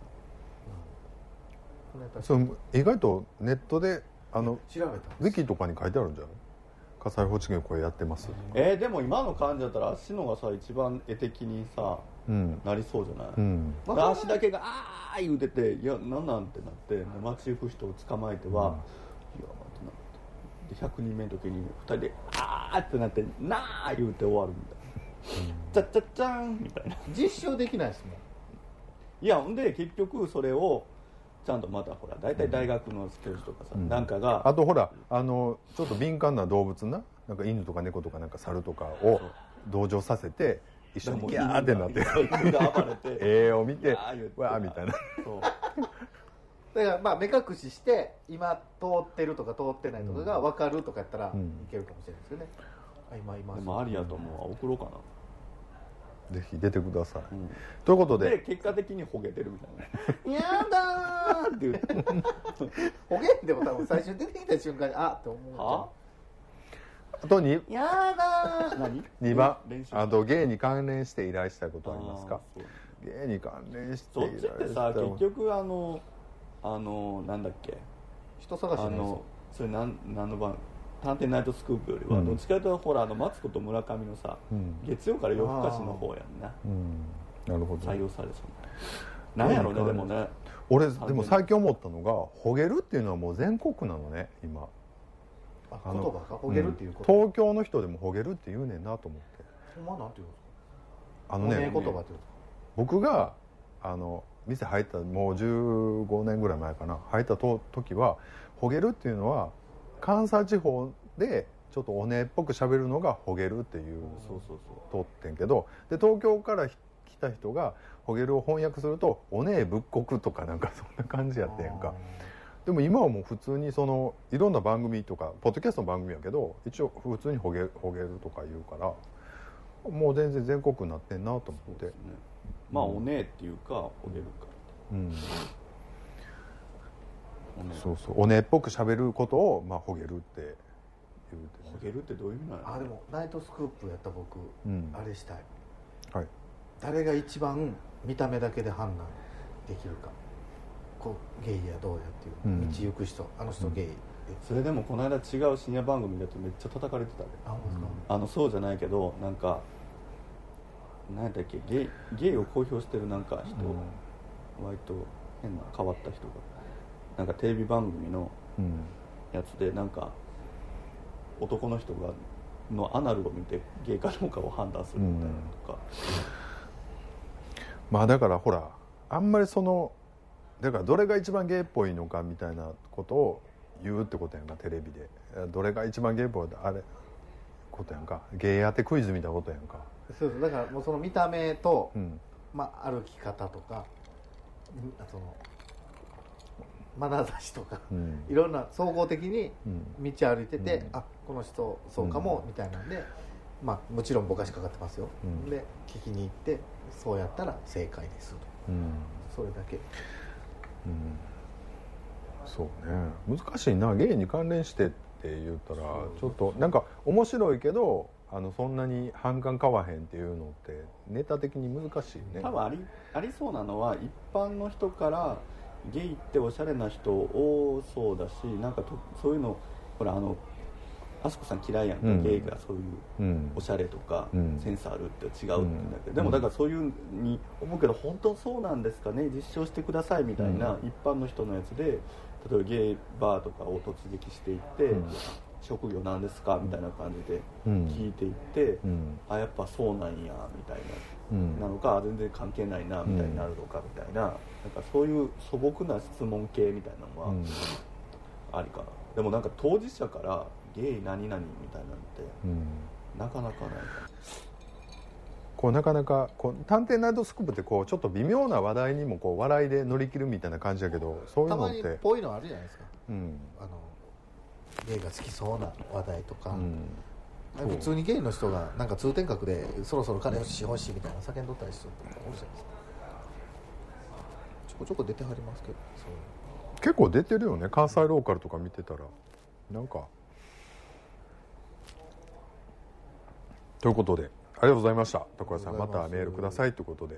う、うん、そう意外とネットであの調べたウィキとかに書いてあるんじゃない火災報知器の声やってます、 えー、でも今の感じだったら足のがさ一番絵的にさ、うん、なりそうじゃない、うん、足だけがあー言うてていやなんなんってなって街行く人を捕まえては、うん、いや待ってなってひゃくにんめの時にふたりであーってなってなー言うて終わるみたいな、うん、ちゃっちゃっちゃんみたいな実証できないですもんいやほんで結局それをちゃんとまたほら大体大学の教授とかさ、うん、なんかがあとほらあのちょっと敏感な動物ななんか犬とか猫とかなんか猿とかを同情させて一緒にギャーってなって犬が暴れてええを見てわーみたいなそうだからまあ目隠しして今通ってるとか通ってないとかが分かるとかやったらいけるかもしれないですよね、 うん、今今でもありやと思う送ろうかなぜひ出てください、うん、ということでで結果的にほげてるみたいなやだーって言ってほげんでも多分最初に出てきた瞬間にあって思うはあとにやだー何にばんあと芸に関連して依頼したいことありますか芸に関連して依頼したいそっちってさ結局あのあのなんだっけ人探しのあのそれ何何の番探偵ナイトスクープよりは、うん、どっちかというとほらあのマツコと村上のさ、うん、月曜から夜更かしの方やんな、 うん、なるほど採用されそうななんやろうねでもね俺でも最近思ったのがほげるっていうのはもう全国なのね今ああ言葉がほげるっていうこと、 うん、東京の人でもほげるって言うねんなと思ってほんまなんて言うんですかあのね言葉って言うんですか僕があの店入ったもうじゅうごねんぐらい前かな入ったと時はほげるっていうのは関西地方でちょっとおねっぽく喋るのがほげるっていうそうそうそう通ってんけどで東京から来た人がほげるを翻訳するとおねえ仏国とかなんかそんな感じやってんかでも今はもう普通にそのいろんな番組とかポッドキャストの番組やけど一応普通にほげほげるとか言うからもう全然全国になってんなと思って、ね、 まあおねえっていうかほげるかうん、そうそう、おねっぽく喋ることを、まあ、ほげるって言うて、ね、 ほげるってどういう意味なの？ あでもナイトスクープやった僕、うん、あれしたい、 はい、 誰が一番見た目だけで判断できるか、こうゲイやどうやっていう、うん、道行く人、あの人ゲイ、うん、 それでもこの間違う深夜番組だとめっちゃ叩かれてたで。あ、うん、あのそうじゃないけど、なんか何やったっけ、ゲイ、ゲイを公表してるなんか人、うん、割と変な変わった人がなんかテレビ番組のやつで、なんか男の人がのアナルを見てゲイかどうかを判断するみたいなとか、 うん、まあだからほらあんまりそのだからどれが一番ゲイっぽいのかみたいなことを言うってことやんか、テレビでどれが一番ゲイっぽいってあれことやんか、ゲイ当てクイズみたいなことやんか。 そうそう、だからもうその見た目と、うん、まあ、歩き方とかその眼差しとか、うん、いろんな総合的に道歩いてて、うん、あこの人そうかも、うん、みたいなんで、まあ、もちろんぼかしかかってますよ、うん、で聞きに行ってそうやったら正解ですと、うん、それだけ、うん、 そうね、難しいな、ゲイに関連してって言ったらちょっとなんか面白いけどあのそんなに反感買わへんっていうのってネタ的に難しいね。 多分あり、ありそうなのは一般の人からゲイっておしゃれな人多そうだし、なんかとそういうのほらあのあすこさん嫌いやんか、うん、ゲイがそういうおしゃれとか、うん、センスあるって違うって言うんだけど、うん、でもだからそういうに思うけど本当そうなんですかね、実証してくださいみたいな、うん、一般の人のやつで例えばゲイバーとかを突撃していって、うん、職業なんですかみたいな感じで聞いていって、うん、あやっぱそうなんやみたいな、うん、なのか全然関係ないなみたいになるのかみたいな、うん、なんかそういう素朴な質問系みたいなのはありかな、うん、でもなんか当事者からゲイ何々みたいなんて、うん、なかなかないかこうなかなかこう探偵ナイトスクープってこうちょっと微妙な話題にもこう笑いで乗り切るみたいな感じだけど、そういうのってたまにぽいのあるじゃないですか、うん、あのゲイが好きそうな話題とか、うん、普通にゲイの人がなんか通天閣でそろそろ金欲しい欲しいみたいな叫んどったりするとおるじゃないですか。ちょこちょこ出てはりますけど、そう結構出てるよね、関西ローカルとか見てたらなんか。ということでありがとうございました。所さんまたメールくださいということで、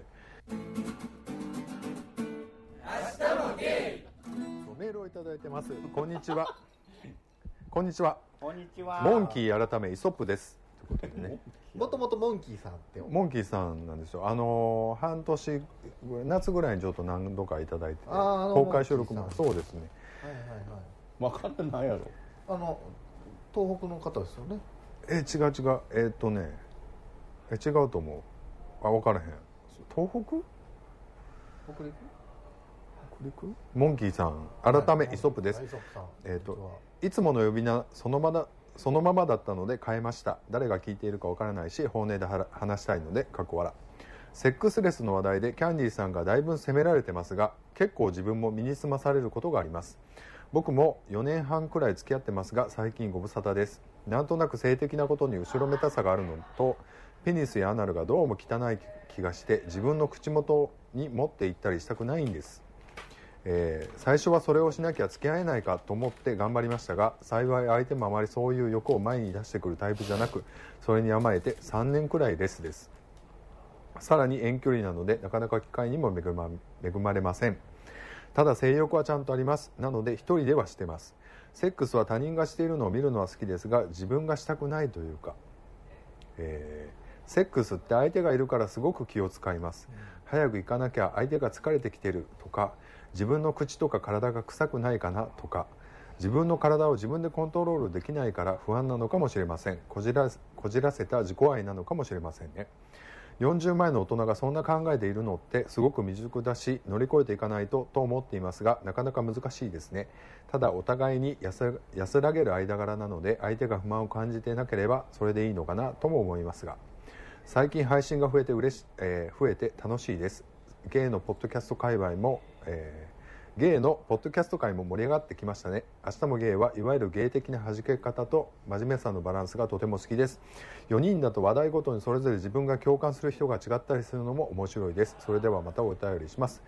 明日もゲイメールをいただいてます。こんにちはこんにちは。 こんにちは。 モンキー改めイソップです。ということでね。 もともとモンキーさんってモンキーさんなんですよ。あのー、半年夏ぐらいにちょっと何度かいただいてて、公開収録もそうですね。はいはいはい。分かんないやろ。 あの東北の方ですよね。 え違う違うえー、っとねえ違うと思う。あ分からへん。東北？ 北陸？ 北陸？モンキーさん改めイソップです。はい、えー、っといつもの呼び名そのままそのままだったので変えました。誰が聞いているかわからないし本音で話したいのでかっこ笑。セックスレスの話題でキャンディーさんがだいぶ責められてますが、結構自分も身につまされることがあります。僕もよねんはんくらい付き合ってますが最近ご無沙汰です。なんとなく性的なことに後ろめたさがあるのと、ペニスやアナルがどうも汚い気がして自分の口元に持っていったりしたくないんです。えー、最初はそれをしなきゃ付き合えないかと思って頑張りましたが、幸い相手もあまりそういう欲を前に出してくるタイプじゃなく、それに甘えてさんねんくらいレスです。さらに遠距離なのでなかなか機会にも恵ま、恵まれません。ただ性欲はちゃんとあります。なので一人ではしてます。セックスは他人がしているのを見るのは好きですが、自分がしたくないというか、えー、セックスって相手がいるからすごく気を使います。早く行かなきゃ相手が疲れてきてるとか、自分の口とか体が臭くないかなとか、自分の体を自分でコントロールできないから不安なのかもしれません。こじら、こじらせた自己愛なのかもしれませんね。よんじゅう前の大人がそんな考えているのってすごく未熟だし、乗り越えていかないとと思っていますが、なかなか難しいですね。ただお互いに安、安らげる間柄なので、相手が不満を感じていなければそれでいいのかなとも思いますが、最近配信が増えて嬉し、えー、増えて楽しいです。ゲイのポッドキャスト界隈も、えー、ゲイのポッドキャスト界も盛り上がってきましたね。明日もゲイはいわゆるゲイ的な弾け方と真面目さのバランスがとても好きです。よにんだと話題ごとにそれぞれ自分が共感する人が違ったりするのも面白いです。それではまたお便りします。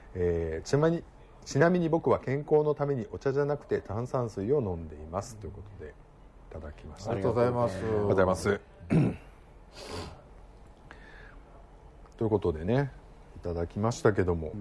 えー、ちなみにちなみに僕は健康のためにお茶じゃなくて炭酸水を飲んでいます、うん、ということでいただきました。 ありがとうございます。 ありがとうございますということでねいただきましたけども、うんうんうん、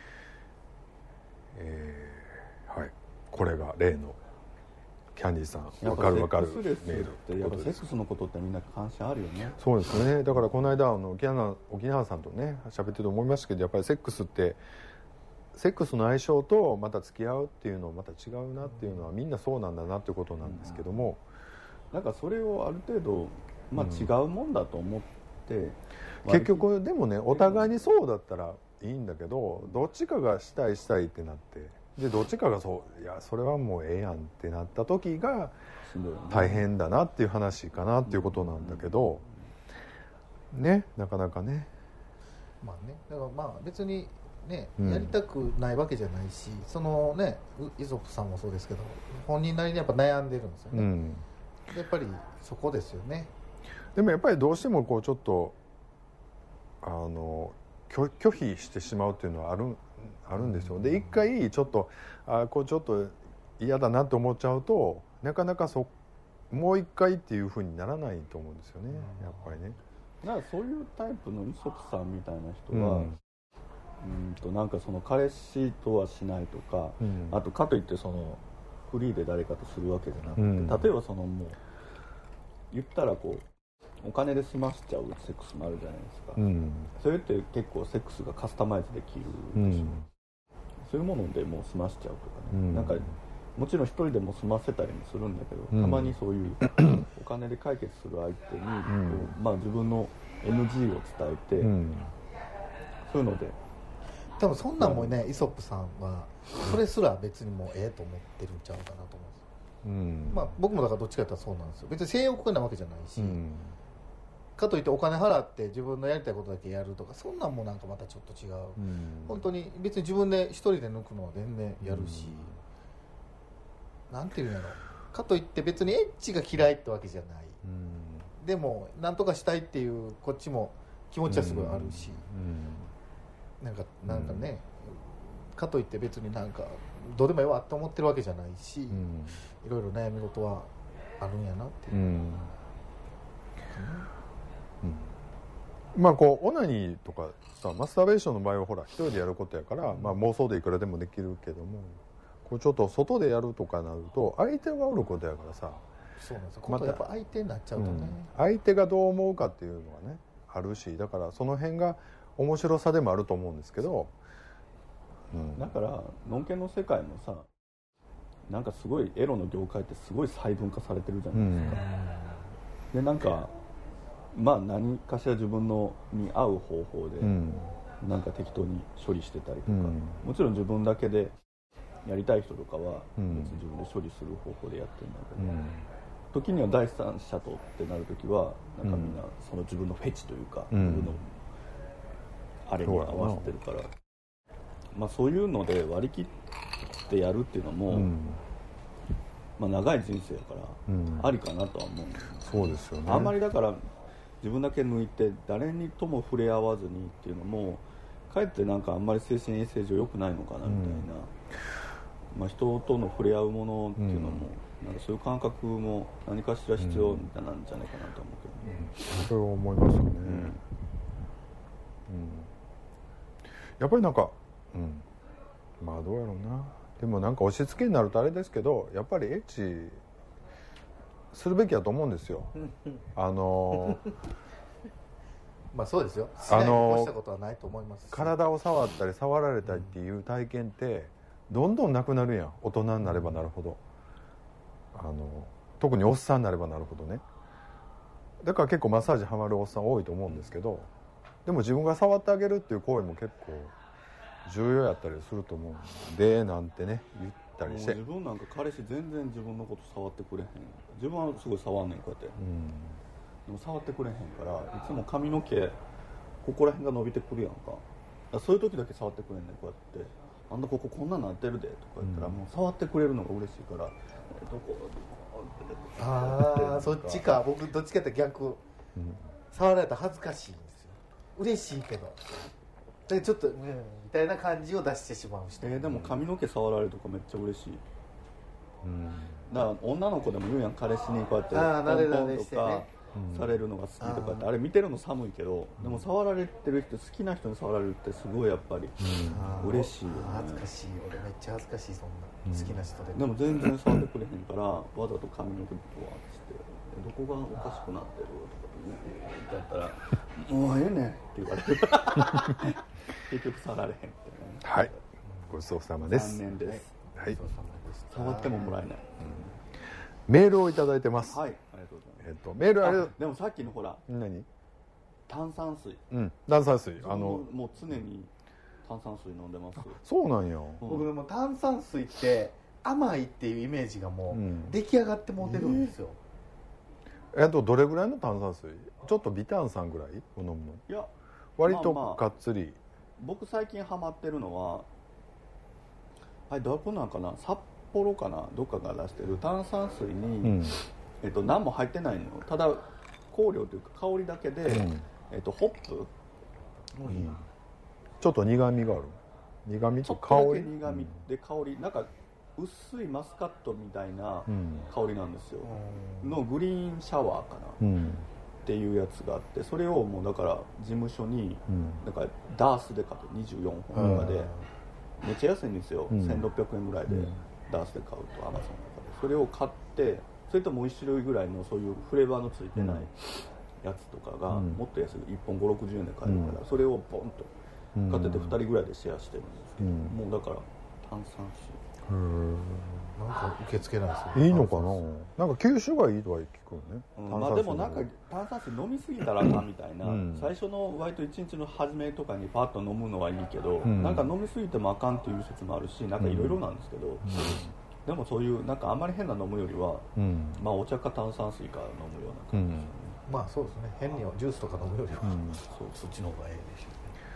えー、はい、これが例のキャンディーさん分かる分かるメール。 やっぱセックスのことってみんな関心あるよね。 そうですね。だからこの間あの沖縄沖縄さんとね喋ってると思いましたけど、やっぱりセックスってセックスの相性とまた付き合うっていうのはまた違うなっていうのはみんなそうなんだなっていうことなんですけども、 なんかそれをある程度、まあ、違うもんだと思って、うん、 結局でもねお互いにそうだったらいいんだけど、どっちかがしたいしたいってなってでどっちかがそういやそれはもうええやんってなった時が大変だなっていう話かなっていうことなんだけどね、なかなかねまあねだからまあ別にね、うん、やりたくないわけじゃないし、そのねイソップさんもそうですけど本人なりにやっぱ悩んでるんですよね、うん、やっぱりそこですよね。 でもやっぱりどうしてもこうちょっとあの 拒, 拒否してしまうっていうのはあるあるんですよ。で一回ちょっとあこうちょっと嫌だなと思っちゃうとなかなかそもう一回っていう風にならないと思うんですよね、やっぱりね。 だからそういうタイプのイソップさんみたいな人は、うん、うんとなんかその彼氏とはしないとか、うん、あとかといってそのフリーで誰かとするわけじゃなくて、うん、例えばそのもう言ったらこうお金で済ましちゃうセックスもあるじゃないですか、うん、それって結構セックスがカスタマイズできるでしょ、うん、そういうものでもう済ましちゃうとかね、うん、なんかもちろん一人でも済ませたりもするんだけど、うん、たまにそういうお金で解決する相手に、うんまあ、自分の エヌジー を伝えて、うん、そういうので多分そんなんもね、イソップさんはそれすら別にもうええと思ってるんちゃうかなと思うんです、うんまあ、僕もだからどっちかというとそうなんですよ。別に性欲なわけじゃないし、うん、かといってお金払って自分のやりたいことだけやるとかそんなんもなんかまたちょっと違う、うん、本当に別に自分で一人で抜くのは全然やるし、うん、なんていうんやろかといって別にエッチが嫌いってわけじゃない、うん、でもなんとかしたいっていうこっちも気持ちはすごいあるし、うん、なんかなんかね、うん、かといって別になんかどうでもいいわって思ってるわけじゃないし、うん、いろいろ悩み事はあるんやなっていう、うんうんうん、まあこうオナニーとかさマスターベーションの場合はほら一人でやることやから、うんまあ、妄想でいくらでもできるけどもこうちょっと外でやるとかなると相手がおることやからさそうなんですよ、またやっぱ相手になっちゃうとね、うん、 相手がどう思うかっていうのはねあるしだからその辺が面白さでもあると思うんですけど、 うん、だからノンケの世界もさなんかすごいエロの業界ってすごい細分化されてるじゃないですか、うん、でなんかまあ何かしら自分のに合う方法で、うん、なんか適当に処理してたりとか、うん、もちろん自分だけでやりたい人とかは別に自分で処理する方法でやってるんだけど、うん、時には第三者とってなる時はなんかみんなその自分のフェチというか、うん、自分のあれに合わせてるから、まあ、そういうので割り切ってやるっていうのも、うんまあ、長い人生やからありかなとは思うんです、ねうん、そうですよね。 あんまりだから自分だけ抜いて誰にとも触れ合わずにっていうのもかえってなんかあんまり精神衛生上良くないのかなみたいな、うんまあ、人との触れ合うものっていうのも、うん、なんかそういう感覚も何かしら必要なんじゃないかなと思うけどね、 うん、それは思いますよね、うんうん、やっぱりなんか、うん、まあどうやろうなでもなんか押し付けになるとあれですけどやっぱりエッチするべきだと思うんですよあのまあそうですよしないに越したことはないと思いますし体を触ったり触られたりっていう体験ってどんどんなくなるやん大人になればなるほどあの特におっさんになればなるほどねだから結構マッサージハマるおっさん多いと思うんですけどでも自分が触ってあげるっていう行為も結構重要やったりすると思うんでなんてね言ったりして自分なんか彼氏全然自分のこと触ってくれへん自分はすごい触んねんこうやって、うん、でも触ってくれへんからいつも髪の毛ここら辺が伸びてくるやんかそういう時だけ触ってくれんねんこうやってあんなこここんななってるでとか言ったら、うん、もう触ってくれるのが嬉しいから、えー、どこああそっちか僕どっちかって逆、うん、触られたら恥ずかしいんですよ嬉しいけどでちょっと、うん、みたいな感じを出してしまう人、 えー、でも髪の毛触られるとかめっちゃ嬉しい、うん、だから女の子でも言うやん、彼氏にこうやってポンポンとかされるのが好きとかって、あれ見てるの寒いけど、でも触られてる人、好きな人に触られるってすごいやっぱり嬉しいよね。 恥ずかしい、俺めっちゃ恥ずかしい、そんな好きな人で、 でも全然触ってくれへんからわざと髪の毛とかしてどこがおかしくなってるとかって言ったらもうええねんって言われる結局触られへんってね。 はい、ごちそうさまです。 残念です、 はい、 触ってももらえない、うん、 メールをいただいてます。 はい、ありがとうございます。 えっと、メールあれでもさっきのほら何炭酸水、 うん、炭酸水、あのもう常に炭酸水飲んでます。 そうなんや、 うん、僕でも炭酸水って甘いっていうイメージがもう出来上がってもうてるんですよ、 うん、えっとどれぐらいの炭酸水？ちょっと微炭酸ぐらいを飲むの？ いや割とがっつり、まあまあ、 僕最近ハマってるのはあれどこなんかな、札幌かな、どっかが出してる炭酸水に、うんえっと、何も入ってないの、ただ香料というか香りだけで、うんえっと、ホップ、うん、 ちょっと苦みがある、苦みと香り、 ちょっとだけ苦みで香り、なんか薄いマスカットみたいな香りなんですよ、うん、のグリーンシャワーかな、うん、っていうやつがあって、それをもうだから事務所に、うん、なんかダースで買ってにじゅうよんほんとかで、めっちゃ安いんですよ、うん、せんろっぴゃくえんぐらいで、ダースで買うとアマゾンとかでそれを買って、それともういち種類ぐらいのそういうフレーバーのついてないやつとかがもっと安い、いっぽんごじゅうろくじゅうえんで買えるから、それをポンと買っててふたりぐらいでシェアしてるんですけど、もうだから炭酸水なんか受け付けないですね。いいのかな、なんか吸収がいいとは聞くよね、 うん、まあでもなんか炭酸水飲みすぎたらあかんみたいな、うん、最初の割といちにちの初めとかにパッと飲むのはいいけど、うん、なんか飲みすぎてもあかんっていう説もあるし、なんかいろいろなんですけど、うんでもそういうなんかあんまり変な飲むよりは、うん、まあお茶か炭酸水か飲むような感じですよね、 うん、まあそうですね、変にジュースとか飲むよりは、うん、そうそっちの方がええでし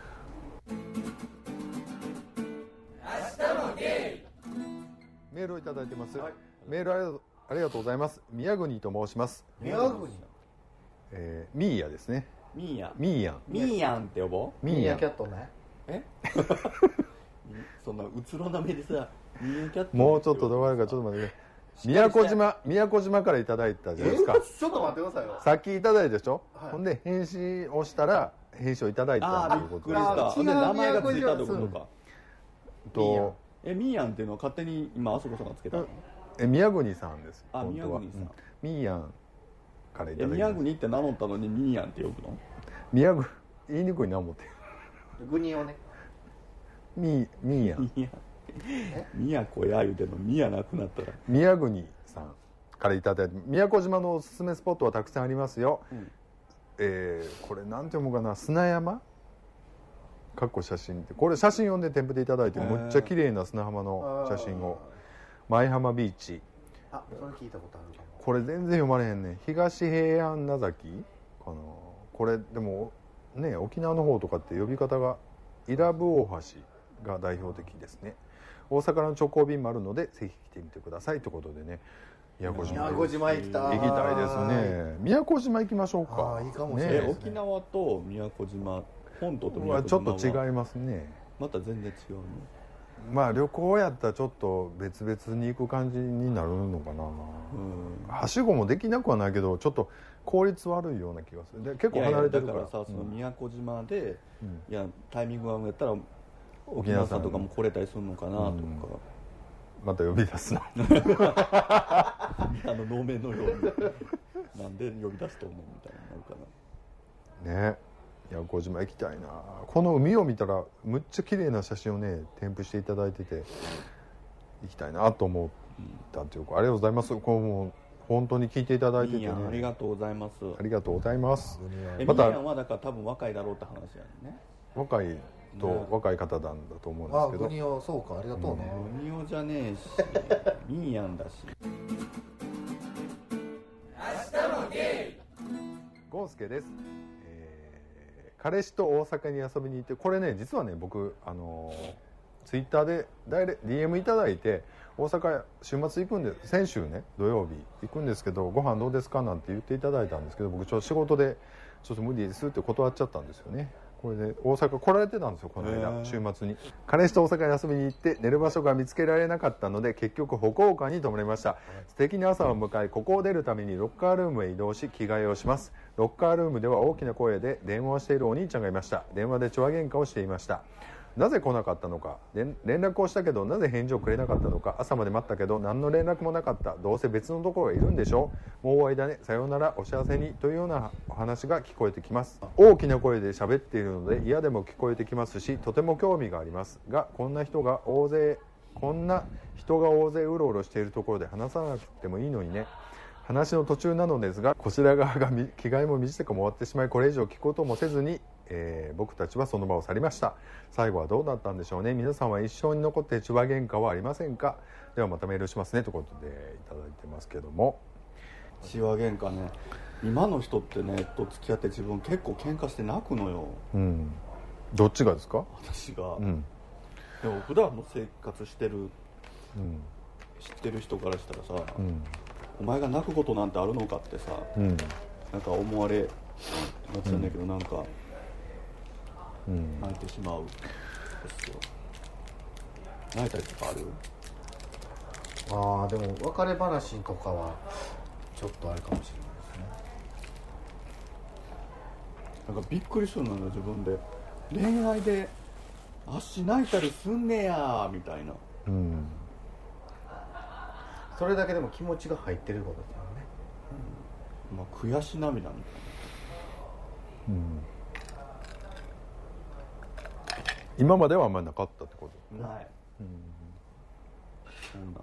ょうね。 明日もゲイメールをいただいてます、はい、メールありがとう、ありがとうございます。宮国と申します。 宮国、 えー、ミーヤですね。 ミーヤミーヤンミーヤンって呼ぼう。ミーヤキャットね。 えそんなうつろな目でさもうちょっとどうなるかちょっと待ってね。宮古島宮古島からいただいたじゃないですか。 ちょっと待ってくださいよ。 さっきいただいたでしょ、はい、ほんで返信をしたら返信をいただいたということで、 ああ、違う、名前がついたってことか。 とえミーヤンっていうのは勝手に今あそこさんがつけたの？ え宮国さんです。 あ、宮国さん、うん、 ミーヤンからいただきました。 宮国って名乗ったのにミーヤンって呼ぶの？ 宮国言いにくいな思って国をねミーミーヤン宮古や言うてんの宮なくなったら宮国さんからいただいて、宮古島のおすすめスポットはたくさんありますよ、うん、えー、これなんて読むかな、砂山かっこ写真って、これ写真読んで添付でいただいて、むっちゃ綺麗な砂浜の写真を、舞浜ビーチ、 あ、それ聞いたことあるかも。 これ全然読まれへんね。東平安名崎かな、これでもね、沖縄の方とかって呼び方が伊良部大橋が代表的ですね。大阪の直行便もあるのでぜひ来てみてくださいということでね、宮古島宮古島行きたい行きたいですね。宮古島行きましょうか。 あ、いいかもしれないですね。 沖縄と宮古島、本島と宮古島はちょっと違いますね。 また全然違うね。 まあ旅行やったらちょっと別々に行く感じになるのかな。うん、はしごもできなくはないけどちょっと効率悪いような気がする。で結構離れてるから。 いやいやだからさ、その宮古島で、うん、いやタイミングがやったら沖縄さんとかも来れたりするのかなとか、うん、 また呼び出すなあの能面のようになんで呼び出すと思うみたいになるかなね。宮古島行きたいな。この海を見たらむっちゃ綺麗な写真をね添付していただいてて行きたいなと思ったというか、ありがとうございます。こうもう本当に聞いていただいててね、 ありがとうございます。 ありがとうございます。 えまたミーヤンはだから多分若いだろうって話やね。 若いと、ね、若い方なんだと思うんですけど。 あ、グニオ、そうか、ありがとうね。 グニオじゃねえしミーヤンだし。 明日もゲイゴンスケです。彼氏と大阪に遊びに行って、これね実はね僕あのツイッターでダイレ ディーエム いただいて、大阪週末行くんで、先週ね土曜日行くんですけどご飯どうですかなんて言っていただいたんですけど、僕ちょっと仕事でちょっと無理ですって断っちゃったんですよね。 これで大阪来られてたんですよこの間週末に。彼氏と大阪に遊びに行って寝る場所が見つけられなかったので結局歩行館に泊まりました。素敵な朝を迎えここを出るためにロッカールームへ移動し着替えをします。ロッカールームでは大きな声で電話をしているお兄ちゃんがいました。電話で痴話喧嘩をしていました。なぜ来なかったのか、連絡をしたけどなぜ返事をくれなかったのか、朝まで待ったけど何の連絡もなかった、どうせ別のところがいるんでしょう、もう終わりだね、さようなら、お幸せにというようなお話が聞こえてきます。大きな声で喋っているので嫌でも聞こえてきますし、とても興味がありますが、こんな人が大勢こんな人が大勢うろうろしているところで話さなくてもいいのにね。話の途中なのですが、こちら側が着替えも短くも終わってしまい、これ以上聞くこともせずに、えー、僕たちはその場を去りました。最後はどうだったんでしょうね。皆さんは一生に残って痴話喧嘩はありませんか。ではまたメールしますねということでいただいてますけども、 痴話喧嘩ね、今の人ってねと付き合って自分結構喧嘩して泣くのよ。 うん、どっちがですか。 私が、うん、でも普段の生活してる、うん、知ってる人からしたらさ、うん、お前が泣くことなんてあるのかってさ、うん、なんか思われなっちゃうんだけど、うん、なんか、うん、泣いてしまうですよ。泣いたりとかある？ ああ、でも別れ話とかはちょっとあれかもしれないですね。なんかびっくりするのよ自分で。恋愛であっし泣いたりすんねやみたいな、うん、 それだけでも気持ちが入ってることですよね、 うん、まあ悔し涙みたいな、 うん、今まではあんまりなかったってこと？ ない、うん、そんなない。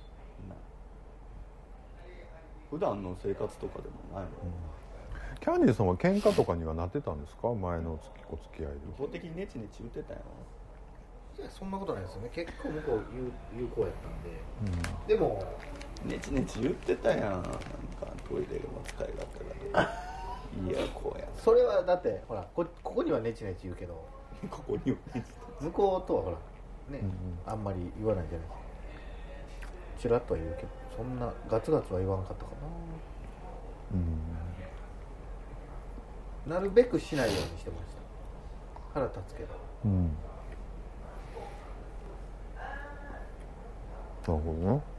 普段の生活とかでもないもん、うん、 キャンディーさんは喧嘩とかにはなってたんですか？前のお付き合いで一方的にネチネチ言ってたよ。 いやそんなことないですよね。結構向こう有効やったんで、うん、でもネチネチ言ってたやん。なんかトイレの使い勝手がいやこうやそれはだってほら こ, ここにはネチネチ言うけどここにはネチ向こうとはほらね、うんうん、あんまり言わないじゃないですか。チラッとは言うけどそんなガツガツは言わんかったかな、うん、なるべくしないようにしてました。腹立つけど、うん、 なるほどね。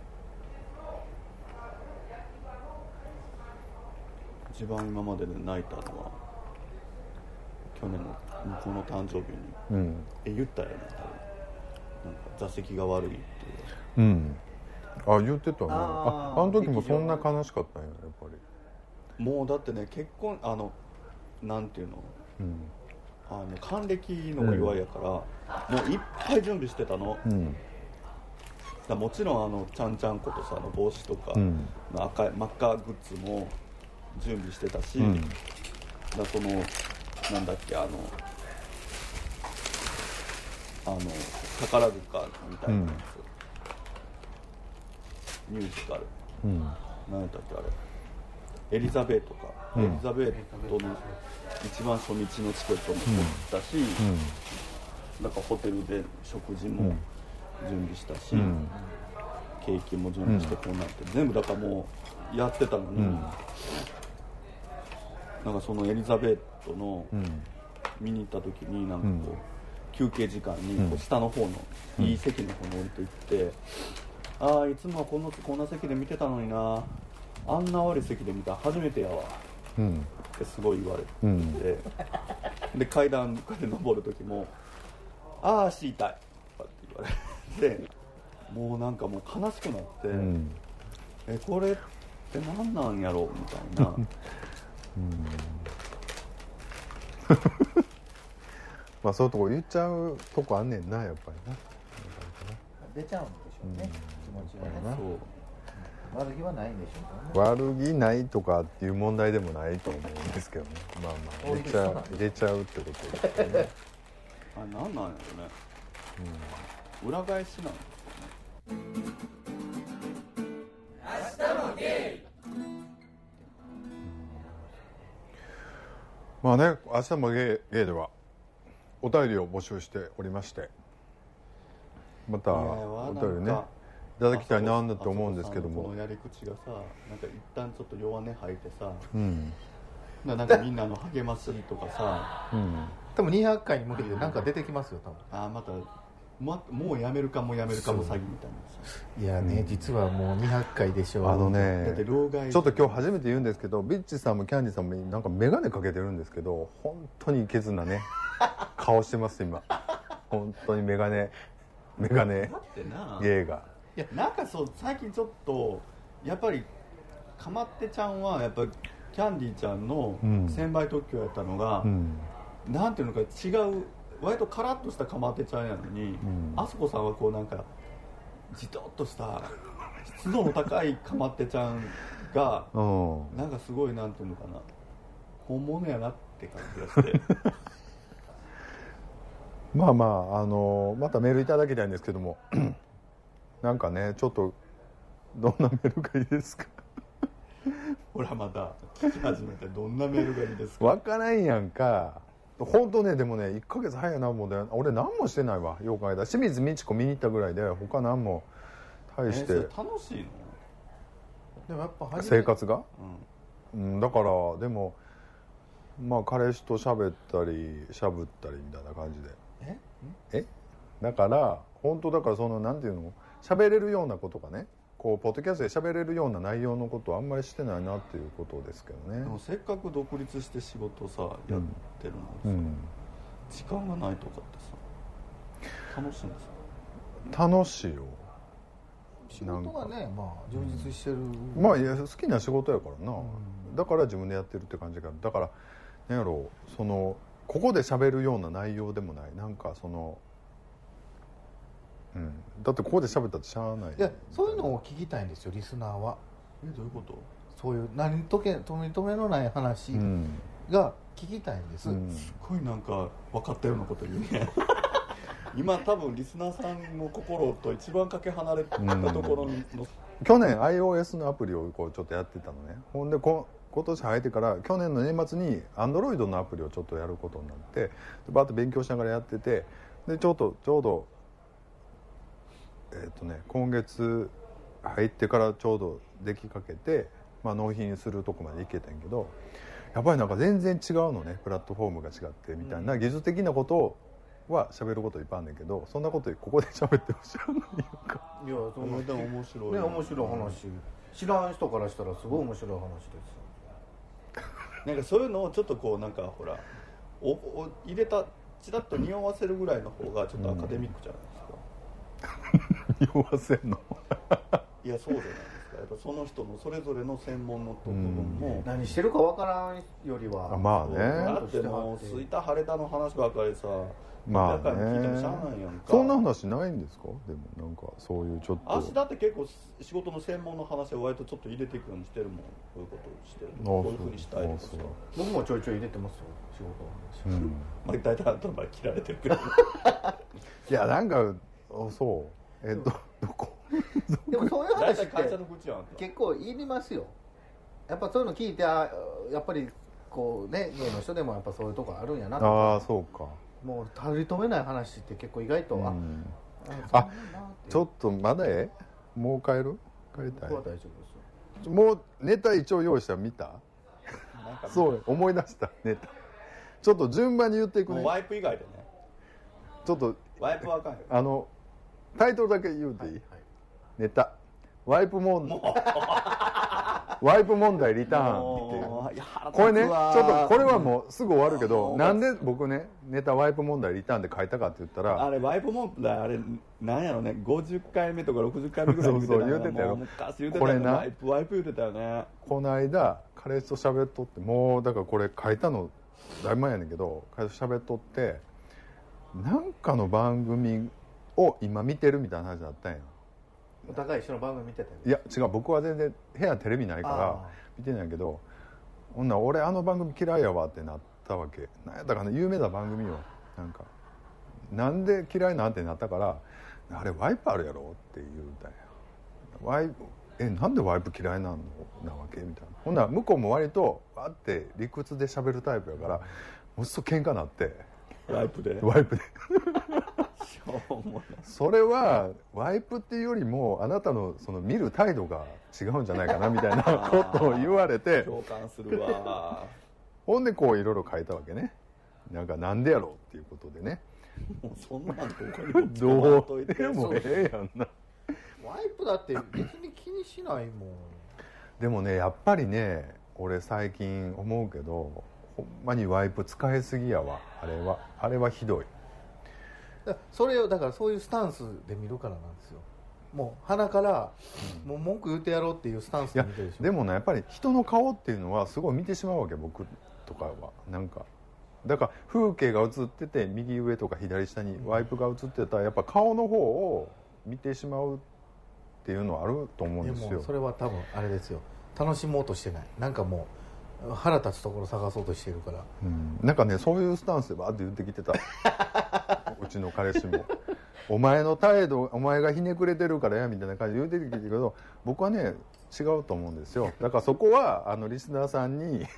一番今までで泣いたのは去年の向こうの誕生日に、うん、え言ったよね、なんか座席が悪いっていう、 うん、あ言ってたね。ああの時もそんな悲しかったんややっぱり。 もうだってね結婚あのなんていうの、うん、あの還暦のお祝いやから、うん、もういっぱい準備してたの、うん、だもちろんあのちゃんちゃんことさの帽子とか、うん、赤い真っ赤グッズも準備してたし、うん、だそのなんだっけあのあの宝塚みたいなやつ、うん、ミュージカル、うん、何やったっけあれエリザベートか、うん、エリザベートの一番初日のチケットも取ったし、うんうん、なんかホテルで食事も準備したし、うん、ケーキも準備してこうなって、うん、全部だからもうやってたのに、うん、なんかそのエリザベートの見に行った時になんかこう、うん、休憩時間にこう下の方のいい席の方に降りていって、うん、ああいつもはこのこんな席で見てたのにな、あんな悪い席で見た初めてやわ、うん、ってすごい言われて、うん、で階段で登る時もああ足痛いとかって言われてもうなんかもう悲しくなって、うん、えこれって何なんやろみたいなうんまあそういうとこ言っちゃうとこあんねんなやっぱりな。 出ちゃうんでしょうね、うん、気持ちがね。そう悪気はないんでしょうね。悪気ないとかっていう問題でもないと思うんですけどね。まあまあ入れちゃう入れちゃうってことですよね。 あれ何なんやろね、うん、裏返しなんですよね。明日もゲイ。 まあね、明日もゲイ、ゲイではお便りを募集しておりまして、またお便りねいただきたいなって思うんですけども、 このやり口がさ、なんか一旦ちょっと弱音吐いてさ、 うん、 なんかみんなの励ましとかさ、 うん、多分にひゃっかいに向けてなんか出てきますよ多分。 ああまたま、もうやめるかもやめるかも詐欺みたいな。 いやね、うん、実はもうにひゃっかいでしょう。 あのねだって老害ちょっと今日初めて言うんですけど、ビッチさんもキャンディさんもなんか眼鏡かけてるんですけど、本当にいけずなね顔してます今。本当に眼鏡眼鏡芸が。 いやなんかそう最近ちょっとやっぱりかまってちゃんはやっぱキャンディちゃんの専売特許やったのが、うん、なんていうのか違う割とカラッとしたかまってちゃんやのに、あそこさんはこうなんかじとっとした湿度の高いかまってちゃんがなんかすごいなんていうのかな本物やなって感じがしてまあまああのまたメールいただきたいんですけどもなんかねちょっとどんなメールがいいですかほらまた聞き始めてどんなメールがいいですかわからんやんか。本当ねでもねいっかげつ早いなもんで俺何もしてないわ。よう考えた清水美智子見に行ったぐらいで他何も大して、えー、楽しいのでもやっぱ生活が、うん、うん、だからでもまあ彼氏と喋ったりしゃぶったりみたいな感じでええだから本当だからそのなんていうの喋れるようなことがねこうポッドキャストで喋れるような内容のことはあんまりしてないなっていうことですけどね。 でもせっかく独立して仕事さ、うん、やってるのにさ、うん、時間がないとかってさ楽しいんですか？ 楽しいよ。 仕事がねまあ充実してる、うん、 まあいや好きな仕事やからな、うん、だから自分でやってるって感じがだから何やろうそのここで喋るような内容でもないなんかそのうん、だってここで喋ったってしゃあない。 いやそういうのを聞きたいんですよリスナーは。 えどういうこと？ そういう何とけとめとめのない話が聞きたいんです、うんうん、すごいなんか分かったようなこと言うね今多分リスナーさんの心と一番かけ離れたところの、うん、 去年 iOS のアプリをこうちょっとやってたのね。ほんでこ今年入ってから去年の年末に Android のアプリをちょっとやることになってバーッと勉強しながらやっててでちょうどちょうどえーとね、今月入ってからちょうどできかけて、まあ、納品するとこまでいけたんやけどやっぱりなんか全然違うのねプラットフォームが違ってみたいな、うん、技術的なことは喋ることいっぱいあるんだけどそんなことここで喋ってほしいのにかいやそんなでも面白いね面白い話、うん、知らん人からしたらすごい面白い話ですなんかそういうのをちょっとこうなんかほらおお入れたチラッと匂わせるぐらいの方がちょっとアカデミックじゃないですか、うん匂わせんのいやそうじゃないですか。やっぱその人のそれぞれの専門の部分も、 うん、何してるかわからんよりはまあねだってもうすいた晴れたの話ばかりさまあね聞いてもしゃあないやんか。 そんな話ないんですか？でもなんかそういうちょっと私だって結構仕事の専門の話を割とちょっと入れていくようにしてるもん。こういうことをしてるこういうふうにしたいとかさ僕もちょいちょい入れてますよ仕事の話、うん、 まあ大体後から切られてるけどいやなんかそうえっとどこでもそういう話って会社の口は結構言いますよ。やっぱそういうの聞いてあやっぱりこうね芸の人でもやっぱそういうとこあるんやなとか。 ああそうか。 もう取り留めない話って結構意外と、うん、 ああちょっとまだえもう帰る帰りたい。 僕は大丈夫ですよ。もうネタ一応用意したら見たそう思い出したネタちょっと順番に言っていくね。 もうワイプ以外でねちょっとワイプはあかんよ。 あのタイトルだけ言うていい、はいはい、ネタワイプ問題ワイプ問題リターンっていうこれねちょっとこれはもうすぐ終わるけどなんで僕ねネタワイプ問題リターンって書いたかって言ったらあれワイプ問題あれなんやろねごじゅっかいめとかろくじゅっかいめぐらい見てたよね。 そうそう言うてたよ。 昔言うてたよね。ワイプワイプ言うてたよね。 この間彼氏と喋っとってもうだからこれ書いたのだいぶ前やねんけど彼氏と喋っとってなんかの番組を今見てるみたいな話だったんや。 お互い一緒の番組見てたよ。 いや違う僕は全然部屋テレビないから見てないけどほんなら俺あの番組嫌いやわってなったわけ。なんやったかな有名な番組よ。なんかなんで嫌いなんてなったからあれワイプあるやろって言うたんや。ワイプえなんでワイプ嫌いなのなわけみたいな。ほんなら向こうも割とわって理屈で喋るタイプやからもうすぐ喧嘩なってワイプでワイプでそれはワイプっていうよりもあなたのその見る態度が違うんじゃないかなみたいなことを言われて共感するわほんでこういろいろ書いたわけね。なんかなんでやろうっていうことでね。 もうそんなんどこにもどうでもええやんな。 ワイプだって別に気にしないもん。 でもねやっぱりね俺最近思うけどほんまにワイプ使いすぎやわ。あれはあれはひどい。 だそれをだからそういうスタンスで見るからなんですよ。もう鼻から、うん、もう文句言ってやろうっていうスタンスで見てるでしょ。 でもねやっぱり人の顔っていうのはすごい見てしまうわけ僕とかは。なんかだから風景が映ってて右上とか左下にワイプが映ってたらやっぱ顔の方を見てしまうっていうのはあると思うんですよ。 でもそれは多分あれですよ、楽しもうとしてない、なんかもう腹立つところ探そうとしてるから、 うん、なんかねそういうスタンスでバーって言ってきてたうちの彼氏もお前の態度お前がひねくれてるからやみたいな感じで言うてきてるけど、僕はね違うと思うんですよ。だからそこはあのリスナーさんに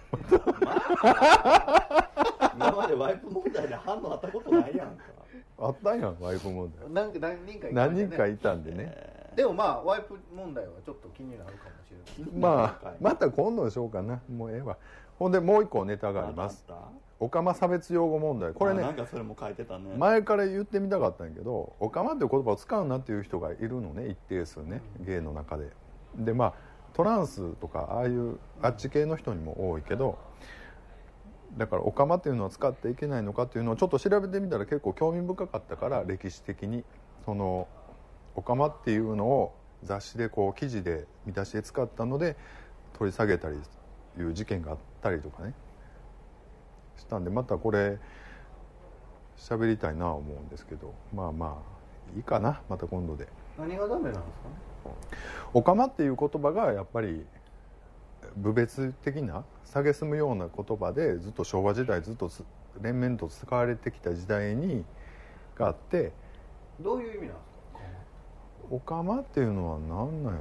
今までワイプ問題で反応あったことないやんか。 あったやんワイプ問題。 何何人かいたんでね、 何人かいたんでね、 えー、でもまあワイプ問題はちょっと気になるかもしれない。 まあまた今度にしようかな。もうええわ。ほんでもう一個ネタがあります。オカマ差別用語問題。これねなんかそれも書いてたね。 前から言ってみたかったんやけど、オカマっていう言葉を使うなっていう人がいるのね、一定数ね、ゲイの中で。でまあトランスとかああいうあっち系の人にも多いけど、だからオカマっていうのは使っていけないのかっていうのをちょっと調べてみたら結構興味深かったから、歴史的にそのオカマっていうのを雑誌でこう記事で見出しで使ったので取り下げたりいう事件があったりとかねしたんで、またこれ喋りたいなと思うんですけど、まあまあいいかな、また今度で。 何がダメなんですかね。 オカマっていう言葉がやっぱり侮蔑的な蔑むような言葉でずっと昭和時代ずっと連綿と使われてきた時代にがあって。 どういう意味なんですかオカマっていうのは何なんや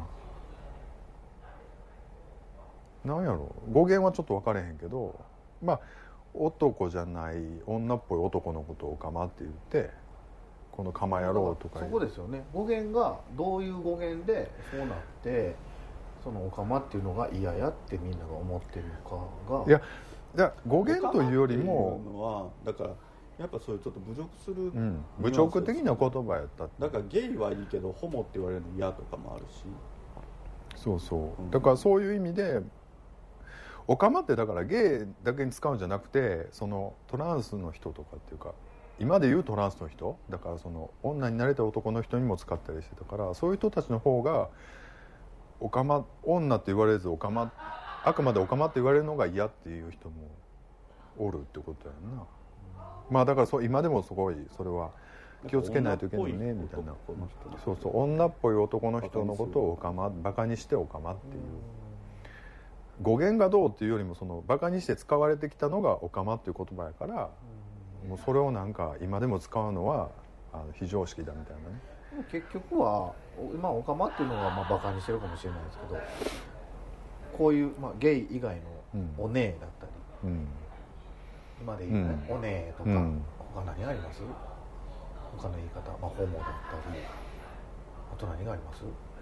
ろな、何やろ語源はちょっと分かれへんけど、まあ男じゃない女っぽい男のことをオカマって言って、このカマ野郎とかそこですよね。語源がどういう語源でそうなってそのオカマっていうのが嫌やってみんなが思ってるかが、 いやいや語源というよりものはだからやっぱそういうちょっと侮辱する、 うん、侮辱的な言葉やったって。 だからゲイはいいけどホモって言われるの嫌とかもあるし、 そうそう、うん、だからそういう意味でオカマってだからゲイだけに使うんじゃなくて、そのトランスの人とかっていうか今でいうトランスの人だから、その女になれた男の人にも使ったりしてたから、そういう人たちの方がオカマ女って言われずオカマあくまでオカマって言われるのが嫌っていう人もおるってことやんな。まあだからそう今でもすごいそれは気をつけないといけないねみたいな。そうそう、女っぽい男の人のことをオカマバカにしてオカマっていう語源がどうっていうよりも、そのバカにして使われてきたのがオカマっていう言葉やから、もうそれをなんか今でも使うのはあの非常識だみたいなね。 結局は今オカマっていうのがまあバカにしてるかもしれないですけど、こういう、まあ、ゲイ以外のお姉だったり、うん、今で言うね、うん、お姉とか、うん、他何があります？他の言い方、まあ、ホモだったり、あと何があります？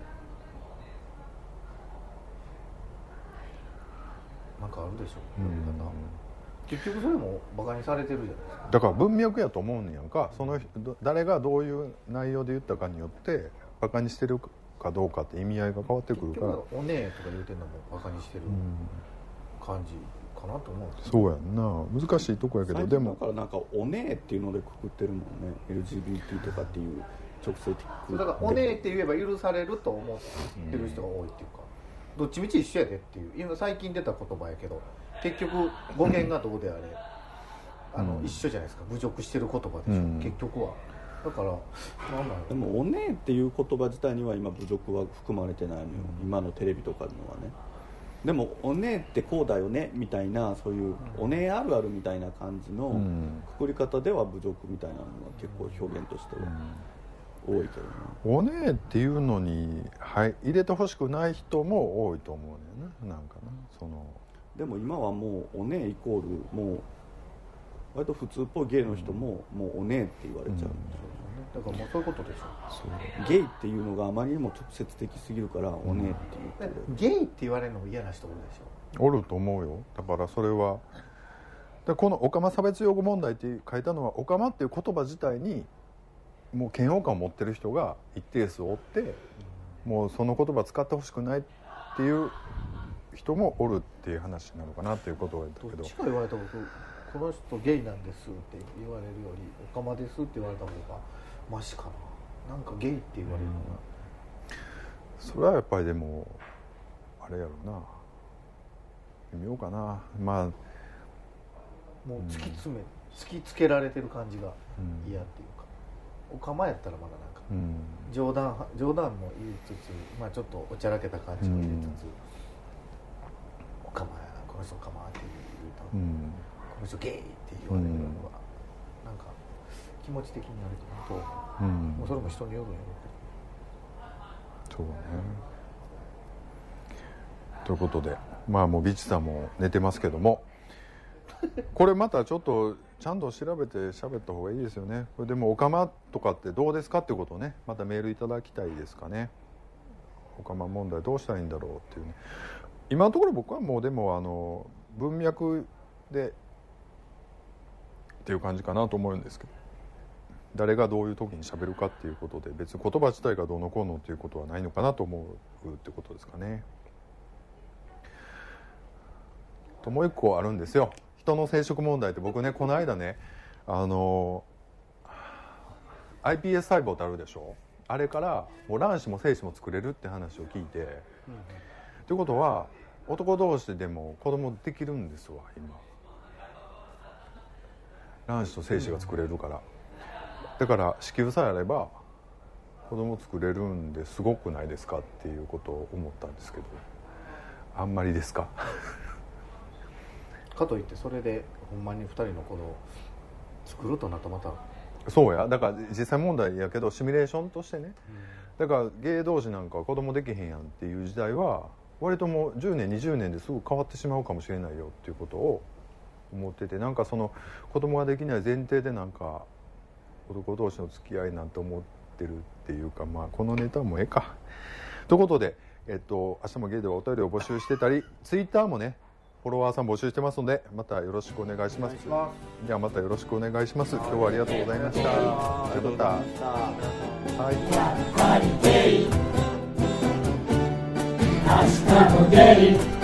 なんかあるでしょう、言い方、うん、結局それもバカにされてるじゃないですか。 だから文脈やと思うんやんか。その誰がどういう内容で言ったかによってバカにしてるかどうかって意味合いが変わってくるから。 結局お姉とか言うてんのもバカにしてる感じかなと思うんです、 ね、そうやんな、難しいとこやけど、でもだからなんかお姉っていうのでくくってるもんね、 エルジービーティー とかっていう直接的だからお姉って言えば許されると思ってる人が多いっていうか、どっちみち一緒やでっていう、今最近出た言葉やけど結局語源がどうであれあの、うん、一緒じゃないですか。侮辱してる言葉でしょ、うん、結局は。だからなんだろう、 でもお姉っていう言葉自体には今侮辱は含まれてないのよ、うん、今のテレビとかのはね。でもお姉ってこうだよねみたいな、そういうお姉あるあるみたいな感じのくくり方では侮辱みたいなのは結構表現としては多いけどね。 お姉っていうのに、はい、入れてほしくない人も多いと思うねんな、なんかな。そのでも今はもうお姉イコールもう割と普通っぽいゲイの人ももうお姉って言われちゃうんですよね、 うん、だからもうそういうことでしょ。 そうゲイっていうのがあまりにも直接的すぎるからお姉って言ってる、 うん、ゲイって言われるのも嫌な人多いでしょ。 おると思うよ。だからそれはでこのオカマ差別用語問題って書いたのは、オカマっていう言葉自体にもう嫌悪感を持ってる人が一定数おって、うん、もうその言葉使ってほしくないっていう人もおるっていう話なのかなっていうことを言ったけど、 どっちか言われたら僕この人ゲイなんですって言われるよりオカマですって言われた方がマシかな。なんかゲイって言われるのが、 うん、それはやっぱりでもあれやろな、微妙かな。まあもう突き詰め、うん、突きつけられてる感じが嫌っていうか、うん、オカマやったらまだなんか、うん、冗談冗談も言いつつ、まあちょっとおちゃらけた感じも入れつつ、うん、オカマやなこの人オカマって言うと、うん、この人ゲイって言われるのは、うん、なんか気持ち的になると、うん、もうそれも人によるんやろうけど。 そうね。ということで、まあもうビチさんも寝てますけどもこれまたちょっとちゃんと調べて喋った方がいいですよね。これでもオカマとかってどうですかっていうことをね、またメールいただきたいですかね。オカマ問題どうしたらいいんだろうっていうね。今のところ僕はもうでもあの文脈でっていう感じかなと思うんですけど、誰がどういう時に喋るかっていうことで、別に言葉自体がどうのこうのっていうことはないのかなと思うってことですかね。ともう一個あるんですよ、人の生殖問題って。僕ねこの間ね、あの アイピーエス 細胞ってあるでしょ、あれからもう卵子も精子も作れるって話を聞いて、うん、ということは男同士でも子供できるんですわ今、卵子と精子が作れるから、うん、だから子宮さえあれば子供作れるんですごくないですかっていうことを思ったんですけど、あんまりですかかといってそれでほんまにふたりの子を作るとなったらまたそうや、だから実際問題やけどシミュレーションとしてね、うん、だからゲイ同士なんかは子供できへんやんっていう時代は割ともうじゅうねんにじゅうねんですぐ変わってしまうかもしれないよっていうことを思ってて、なんかその子供ができない前提でなんか男同士の付き合いなんて思ってるっていうか、まあこのネタはもうええかということで、えっと明日もゲイではお便りを募集してたり、ツイッターもねフォロワーさん募集してますので、またよろしくお願いします。ではまたよろしくお願いします。今日はありがとうございました。また。はい。明日もゲイ。